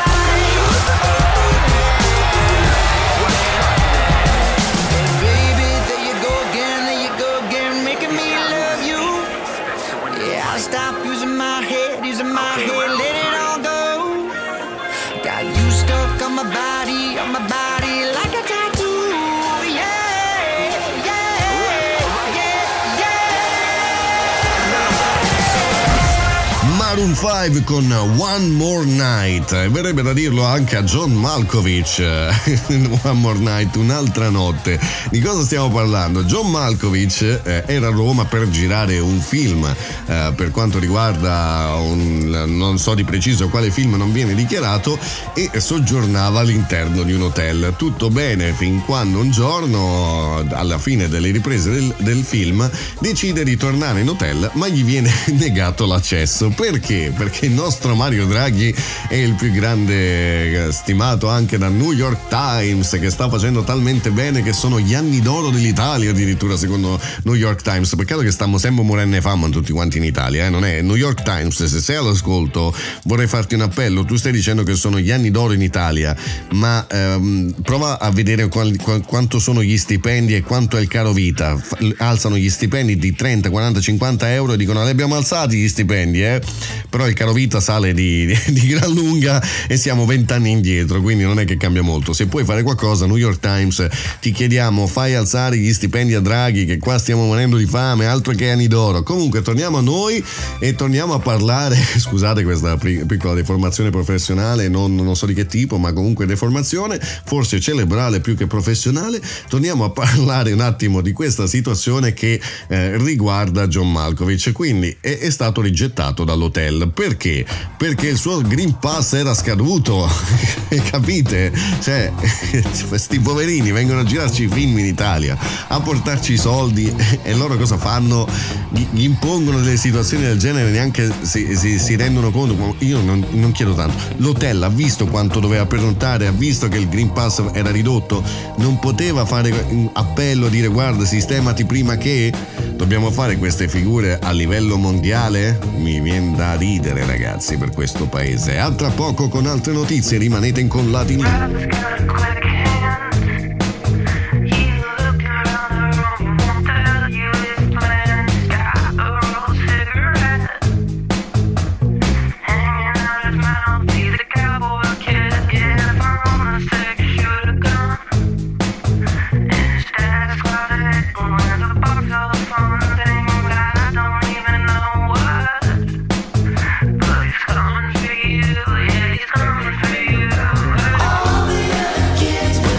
night. Baby, there you go again, making me love you. Yeah, I stopped using my head, let it all go. Got you stuck on my body like Maroon 5 con One More Night, e verrebbe da dirlo anche a John Malkovich. One More Night, un'altra notte. Di cosa stiamo parlando? John Malkovich era a Roma per girare un film per quanto riguarda non so di preciso quale film, non viene dichiarato, e soggiornava all'interno di un hotel. Tutto bene fin quando un giorno, alla fine delle riprese del film, decide di tornare in hotel, ma gli viene negato l'accesso. Perché? Perché il nostro Mario Draghi è il più grande, stimato anche da New York Times, che sta facendo talmente bene che sono gli anni d'oro dell'Italia addirittura secondo New York Times. Peccato che stiamo sempre morendo e fame tutti quanti in Italia, non è New York Times. Se sei all'ascolto vorrei farti un appello. Tu stai dicendo che sono gli anni d'oro in Italia, ma prova a vedere quanto sono gli stipendi e quanto è il caro vita. Alzano gli stipendi di 30, 40, 50 euro e dicono li abbiamo alzati gli stipendi, però il caro vita sale di gran lunga e siamo 20 anni indietro, quindi non è che cambia molto. Se puoi fare qualcosa, New York Times, ti chiediamo, fai alzare gli stipendi a Draghi, che qua stiamo morendo di fame, altro che anni d'oro. Comunque torniamo a noi e torniamo a parlare, scusate questa piccola deformazione professionale, non so di che tipo, ma comunque deformazione, forse cerebrale più che professionale. Torniamo a parlare un attimo di questa situazione che riguarda John Malkovich. Quindi è stato rigettato dall'hotel. Perché? Perché il suo Green Pass era scaduto. Capite? Cioè, questi poverini vengono a girarci i film in Italia, a portarci i soldi, e loro cosa fanno? Gli impongono delle situazioni del genere, neanche si rendono conto. Io non chiedo tanto. L'hotel ha visto quanto doveva prenotare, ha visto che il Green Pass era ridotto, non poteva fare un appello a dire guarda, sistemati prima che dobbiamo fare queste figure a livello mondiale. Mi viene da ridere, ragazzi, per questo paese. A tra poco con altre notizie, rimanete incollati in All the other kids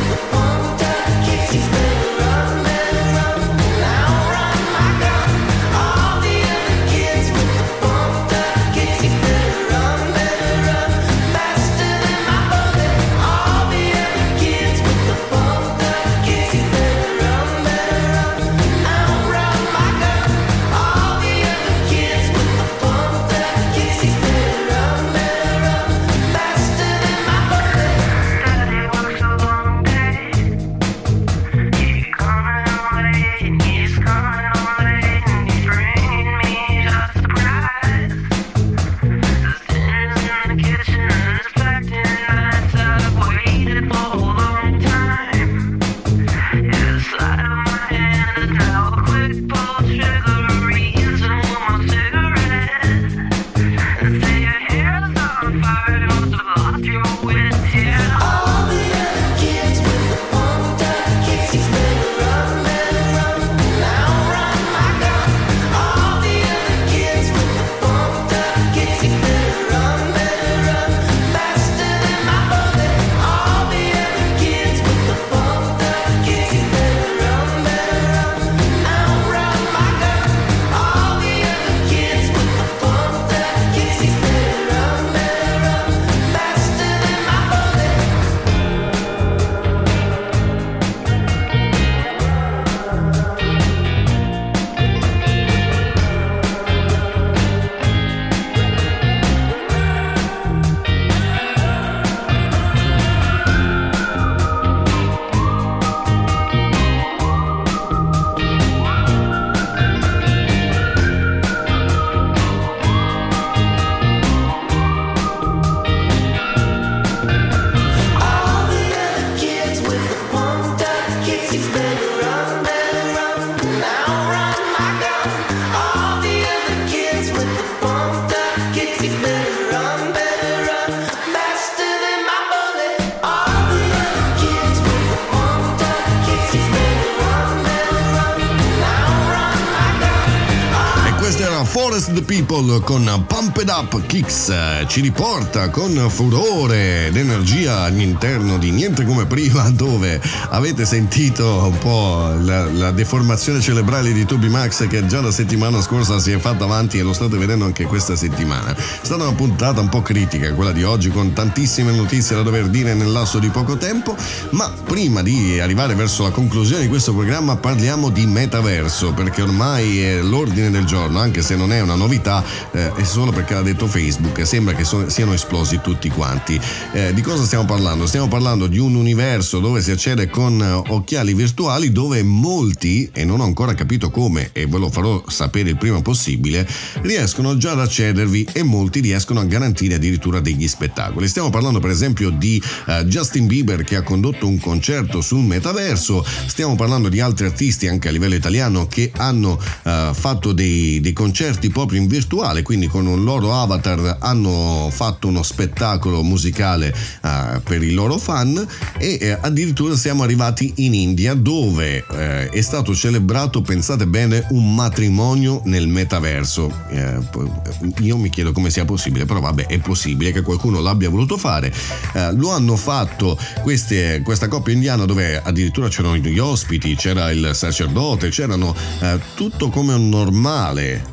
People con Pump It Up Kicks ci riporta con furore ed energia all'interno di Niente Come Prima, dove avete sentito un po' la deformazione cerebrale di Toby Max, che già la settimana scorsa si è fatta avanti e lo state vedendo anche questa settimana. È stata una puntata un po' critica quella di oggi, con tantissime notizie da dover dire nel lasso di poco tempo, ma prima di arrivare verso la conclusione di questo programma parliamo di metaverso, perché ormai è l'ordine del giorno, anche se non è una novità, è solo perché l'ha detto Facebook e sembra che siano esplosi tutti quanti. Di cosa stiamo parlando? Stiamo parlando di un universo dove si accede con occhiali virtuali, dove molti, e non ho ancora capito come e ve lo farò sapere il prima possibile, riescono già ad accedervi e molti riescono a garantire addirittura degli spettacoli. Stiamo parlando per esempio di Justin Bieber, che ha condotto un concerto sul metaverso. Stiamo parlando di altri artisti anche a livello italiano che hanno fatto dei concerti proprio in virtuale, quindi con un loro avatar hanno fatto uno spettacolo musicale per i loro fan, e addirittura siamo arrivati in India, dove è stato celebrato, pensate bene, un matrimonio nel metaverso. Io mi chiedo come sia possibile, però vabbè, è possibile che qualcuno l'abbia voluto fare. Lo hanno fatto questa coppia indiana, dove addirittura c'erano gli ospiti, c'era il sacerdote, c'erano tutto come un normale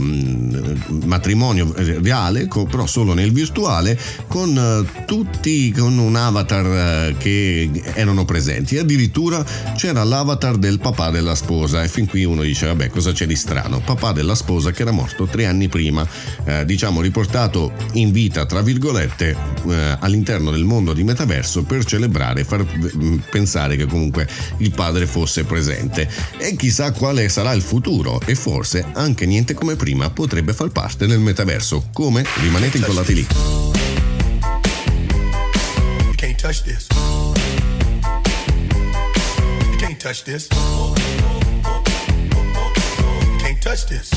matrimonio reale, però solo nel virtuale, con tutti con un avatar che erano presenti. Addirittura c'era l'avatar del papà della sposa, e fin qui uno dice vabbè, cosa c'è di strano? Papà della sposa che era morto 3 anni prima, diciamo riportato in vita tra virgolette all'interno del mondo di metaverso, per celebrare, far pensare che comunque il padre fosse presente. E chissà quale sarà il futuro, e forse anche Niente Come Prima potrebbe far parte del metaverso. Come? Rimanete incollati lì. You can't touch this. You can't touch this. You can't touch this.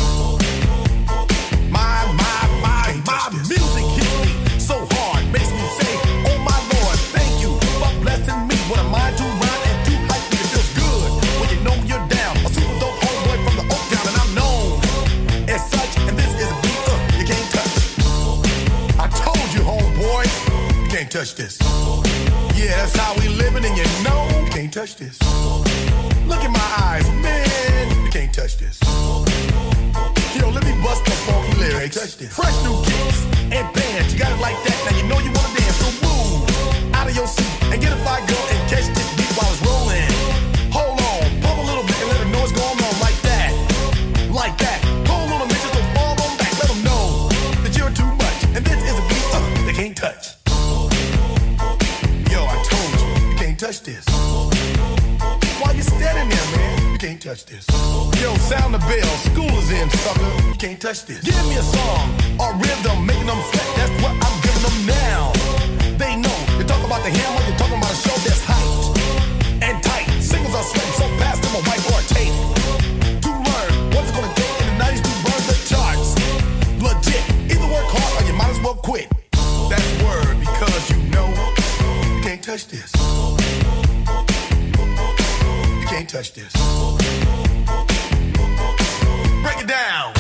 My music hits me so hard, makes me say, oh my Lord, thank you for blessing me. What a mind to rhyme and to hype me. It feels good when you know you're down. A super dope homeboy from the Oak Town, and I'm known as such, and this is a beat you can't touch. I told you, homeboy, you can't touch this. Yeah, that's how we living, and you know you can't touch this. Look in my eyes, man, you can't touch this. Yo, let me bust the funky lyrics. Fresh new kicks and bands, you got it like that. Now you know you wanna dance, so move out of your seat and get a fire girl and catch this beat while it's rolling. Hold on, pump a little bit and let them know what's going on, like that, like that. Hold on a minute, just fall on back, let them know that you're too much, and this is a beat they can't touch. Yo, I told you, you can't touch this. Why you standing there, man? You can't touch this. Yo, sound the bell, school is in, sucker. You can't touch this. Give me a song or rhythm, making them sweat. That's what I'm giving them now. They know. You talk about the hammer, you're talking about a show that's hyped and tight. Singles are sweating so fast, them a whiteboard tape. To learn what it's gonna take in the 90s to burn the charts. Legit. Either work hard or you might as well quit. That's word, because you know you can't touch this. You can't touch this. Break it down.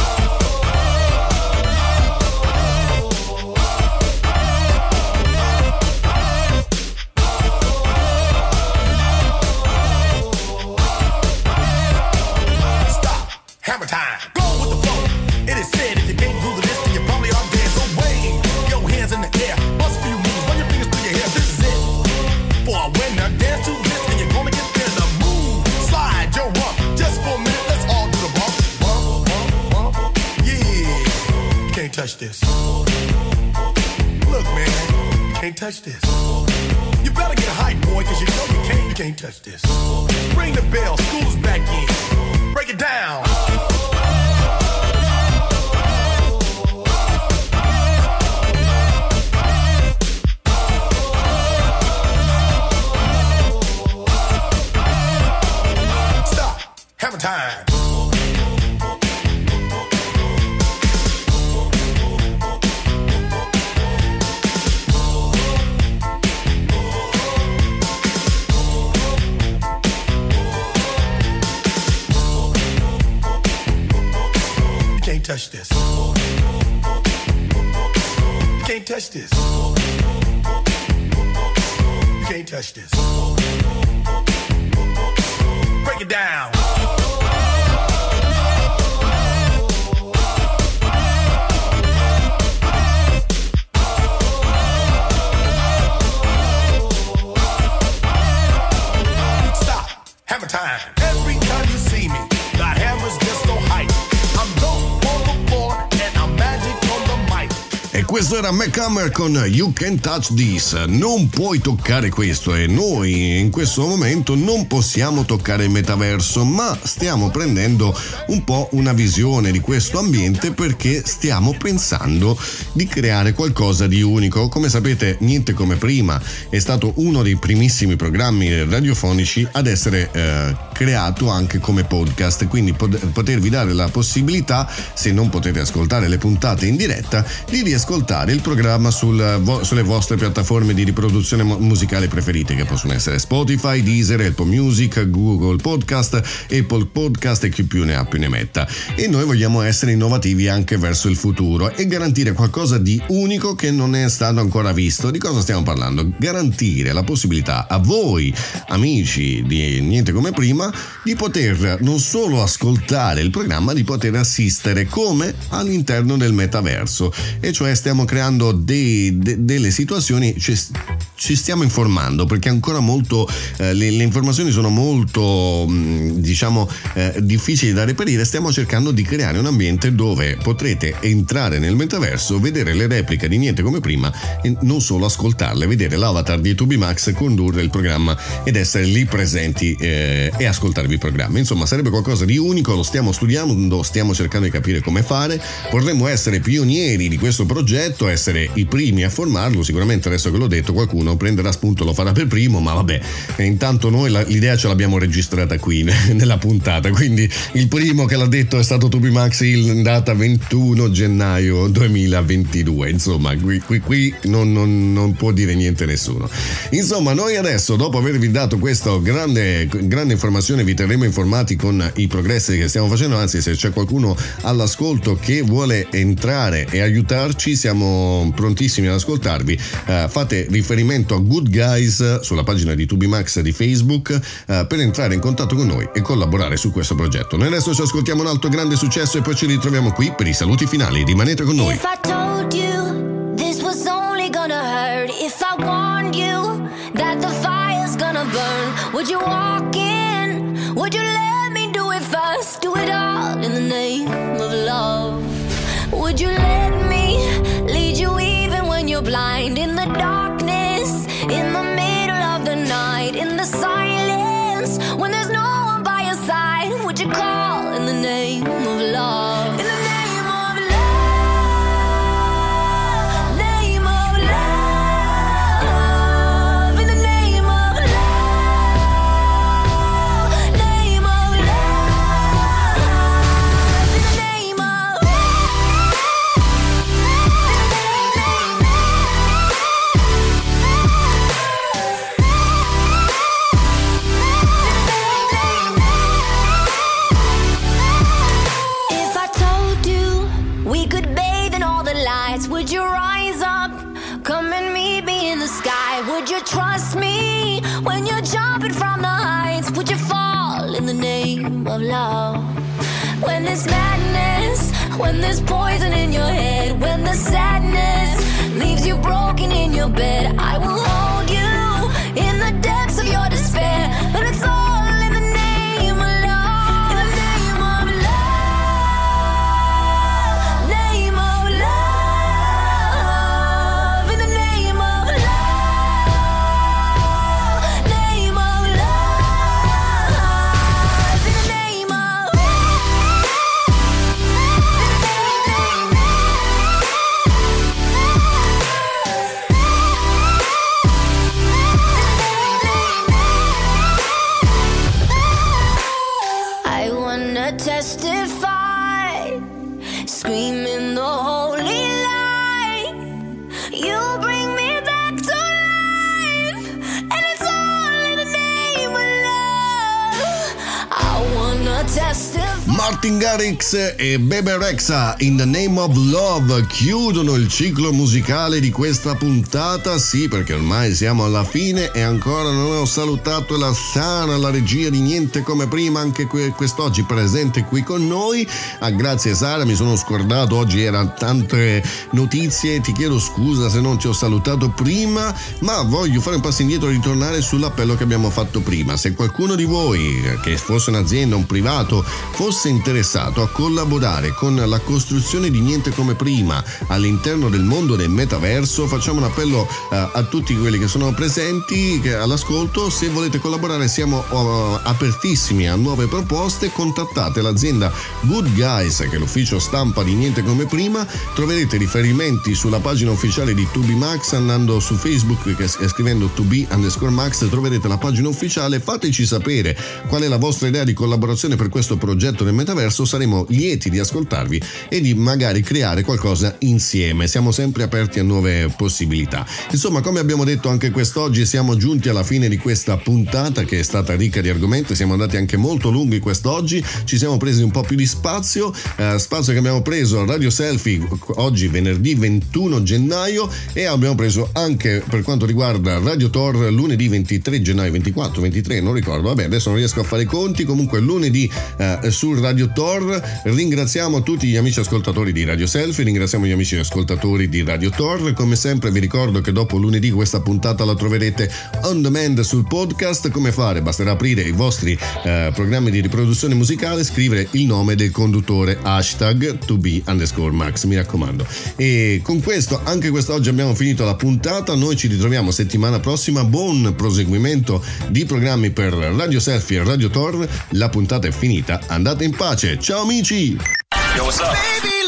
Stop. Hammer time. Go with the flow. It is said if you can't do this, then you probably are dead. So wave your hands in the air. Bust a few moves. Run your fingers through your hair. This is it. For a winner, dance to this, and you're gonna get there. The move. Slide your rump. Just for a minute, let's all do the bump. Bump, bump, bump. Yeah. You can't touch this. Look, man. You can't touch this. You better get hype, boy, cause you know you can't touch this. Ring the bell. School's back in. Break it down. Stop. Hammer time. You can't touch this. touch this. You can't touch this. Break it down. Stop. Hammer time. Every time you see me, the hammer's just so hype. I'm dope on the floor and I'm magic on the mic. E questo era Mac Hammer con You Can't Touch This. Non puoi toccare questo, e noi in questo momento non possiamo toccare il metaverso, ma stiamo prendendo un po' una visione di questo ambiente perché stiamo pensando di creare qualcosa di unico. Come sapete, Niente Come Prima è stato uno dei primissimi programmi radiofonici ad essere creato anche come podcast, quindi potervi dare la possibilità, se non potete ascoltare le puntate in diretta, di riascoltare il programma sulle vostre piattaforme di riproduzione musicale preferite, che possono essere Spotify, Deezer, Apple Music, Google Podcast, Apple Podcast e chi più ne ha più ne metta. E noi vogliamo essere innovativi anche verso il futuro e garantire qualcosa di unico che non è stato ancora visto. Di cosa stiamo parlando? Garantire la possibilità a voi, amici di Niente Come Prima, di poter non solo ascoltare il programma, di poter assistere come all'interno del metaverso. E cioè stiamo creando delle situazioni, ci stiamo informando perché ancora molto le informazioni sono molto difficili da reperire. Stiamo cercando di creare un ambiente dove potrete entrare nel metaverso, vedere le repliche di Niente Come Prima e non solo ascoltarle, vedere l'avatar di Tubimax condurre il programma ed essere lì presenti e ascoltarvi il programma. Insomma, sarebbe qualcosa di unico, lo stiamo studiando, stiamo cercando di capire come fare. Vorremmo essere pionieri di questo progetto, essere i primi a formarlo. Sicuramente adesso che l'ho detto qualcuno prenderà spunto, lo farà per primo, ma vabbè, intanto noi l'idea ce l'abbiamo registrata qui nella puntata, quindi il primo che l'ha detto è stato Tubimax in data 21 gennaio 2022. Insomma, qui non può dire niente nessuno. Insomma, noi adesso, dopo avervi dato questa grande informazione, vi terremo informati con i progressi che stiamo facendo. Anzi, se c'è qualcuno all'ascolto che vuole entrare e aiutarci, siamo prontissimi ad ascoltarvi. Fate riferimento a Good Guys sulla pagina di Tubimax di Facebook per entrare in contatto con noi e collaborare su questo progetto. Noi adesso ci ascoltiamo un altro grande successo e poi ci ritroviamo qui per i saluti finali. Rimanete con noi. If I told you this was only gonna hurt, if I warned you that the fire's gonna burn, would you walk in? Would you let me do it first? Do it all in the name of love. Would you let me lead you even when you're blind? In the darkness, in the middle of the night, in the silence, when there's no one by your side, would you call in the name of love? In the name of love, name of love, in the name of love, name of love, in the name of If I told you we could bathe in all the lights, would you rise up? Come and meet me in the sky. Would you trust me when you're jumping from the heights? Would you fall in the name of love? When there's madness, when there's poison in your head, when the sadness leaves you broken in your bed, I will hold you in the depths of your despair. But it's all in the name of love. In the name of love, name of love, in the name of love, name of love, in the name of Martin Garrix e Bebe Rexha, In the Name of Love, chiudono il ciclo musicale di questa puntata. Sì, perché ormai siamo alla fine e ancora non ho salutato la Sana, la regia di Niente Come Prima, anche quest'oggi presente qui con noi. Grazie Sara, mi sono scordato, oggi erano tante notizie, ti chiedo scusa se non ti ho salutato prima, ma voglio fare un passo indietro e ritornare sull'appello che abbiamo fatto prima. Se qualcuno di voi, che fosse un'azienda, un privato, fosse interessato a collaborare con la costruzione di Niente Come Prima all'interno del mondo del metaverso, facciamo un appello a tutti quelli che sono presenti all'ascolto. Se volete collaborare siamo apertissimi a nuove proposte. Contattate l'azienda Good Guys, che è l'ufficio stampa di Niente Come Prima. Troverete riferimenti sulla pagina ufficiale di 2B-Max andando su Facebook e scrivendo 2B_Max troverete la pagina ufficiale. Fateci sapere qual è la vostra idea di collaborazione per questo progetto del metaverso, saremo lieti di ascoltarvi e di magari creare qualcosa insieme. Siamo sempre aperti a nuove possibilità. Insomma, come abbiamo detto anche quest'oggi, siamo giunti alla fine di questa puntata che è stata ricca di argomenti. Siamo andati anche molto lunghi quest'oggi, ci siamo presi un po' più di spazio che abbiamo preso a Radio Selfie oggi venerdì 21 gennaio e abbiamo preso anche per quanto riguarda Radio Tor lunedì 23 gennaio, 24, 23, non ricordo, vabbè, adesso non riesco a fare i conti. Comunque lunedì su Radio Tor. Ringraziamo tutti gli amici ascoltatori di Radio Selfie, ringraziamo gli amici ascoltatori di Radio Tor. Come sempre vi ricordo che dopo lunedì questa puntata la troverete on demand sul podcast. Come fare? Basterà aprire i vostri programmi di riproduzione musicale, scrivere il nome del conduttore, hashtag 2B_Max, mi raccomando. E con questo anche quest'oggi abbiamo finito la puntata. Noi ci ritroviamo settimana prossima. Buon proseguimento di programmi per Radio Selfie e Radio Tor. La puntata è finita, andate in pace, ciao amici. Yo, what's up? Baby,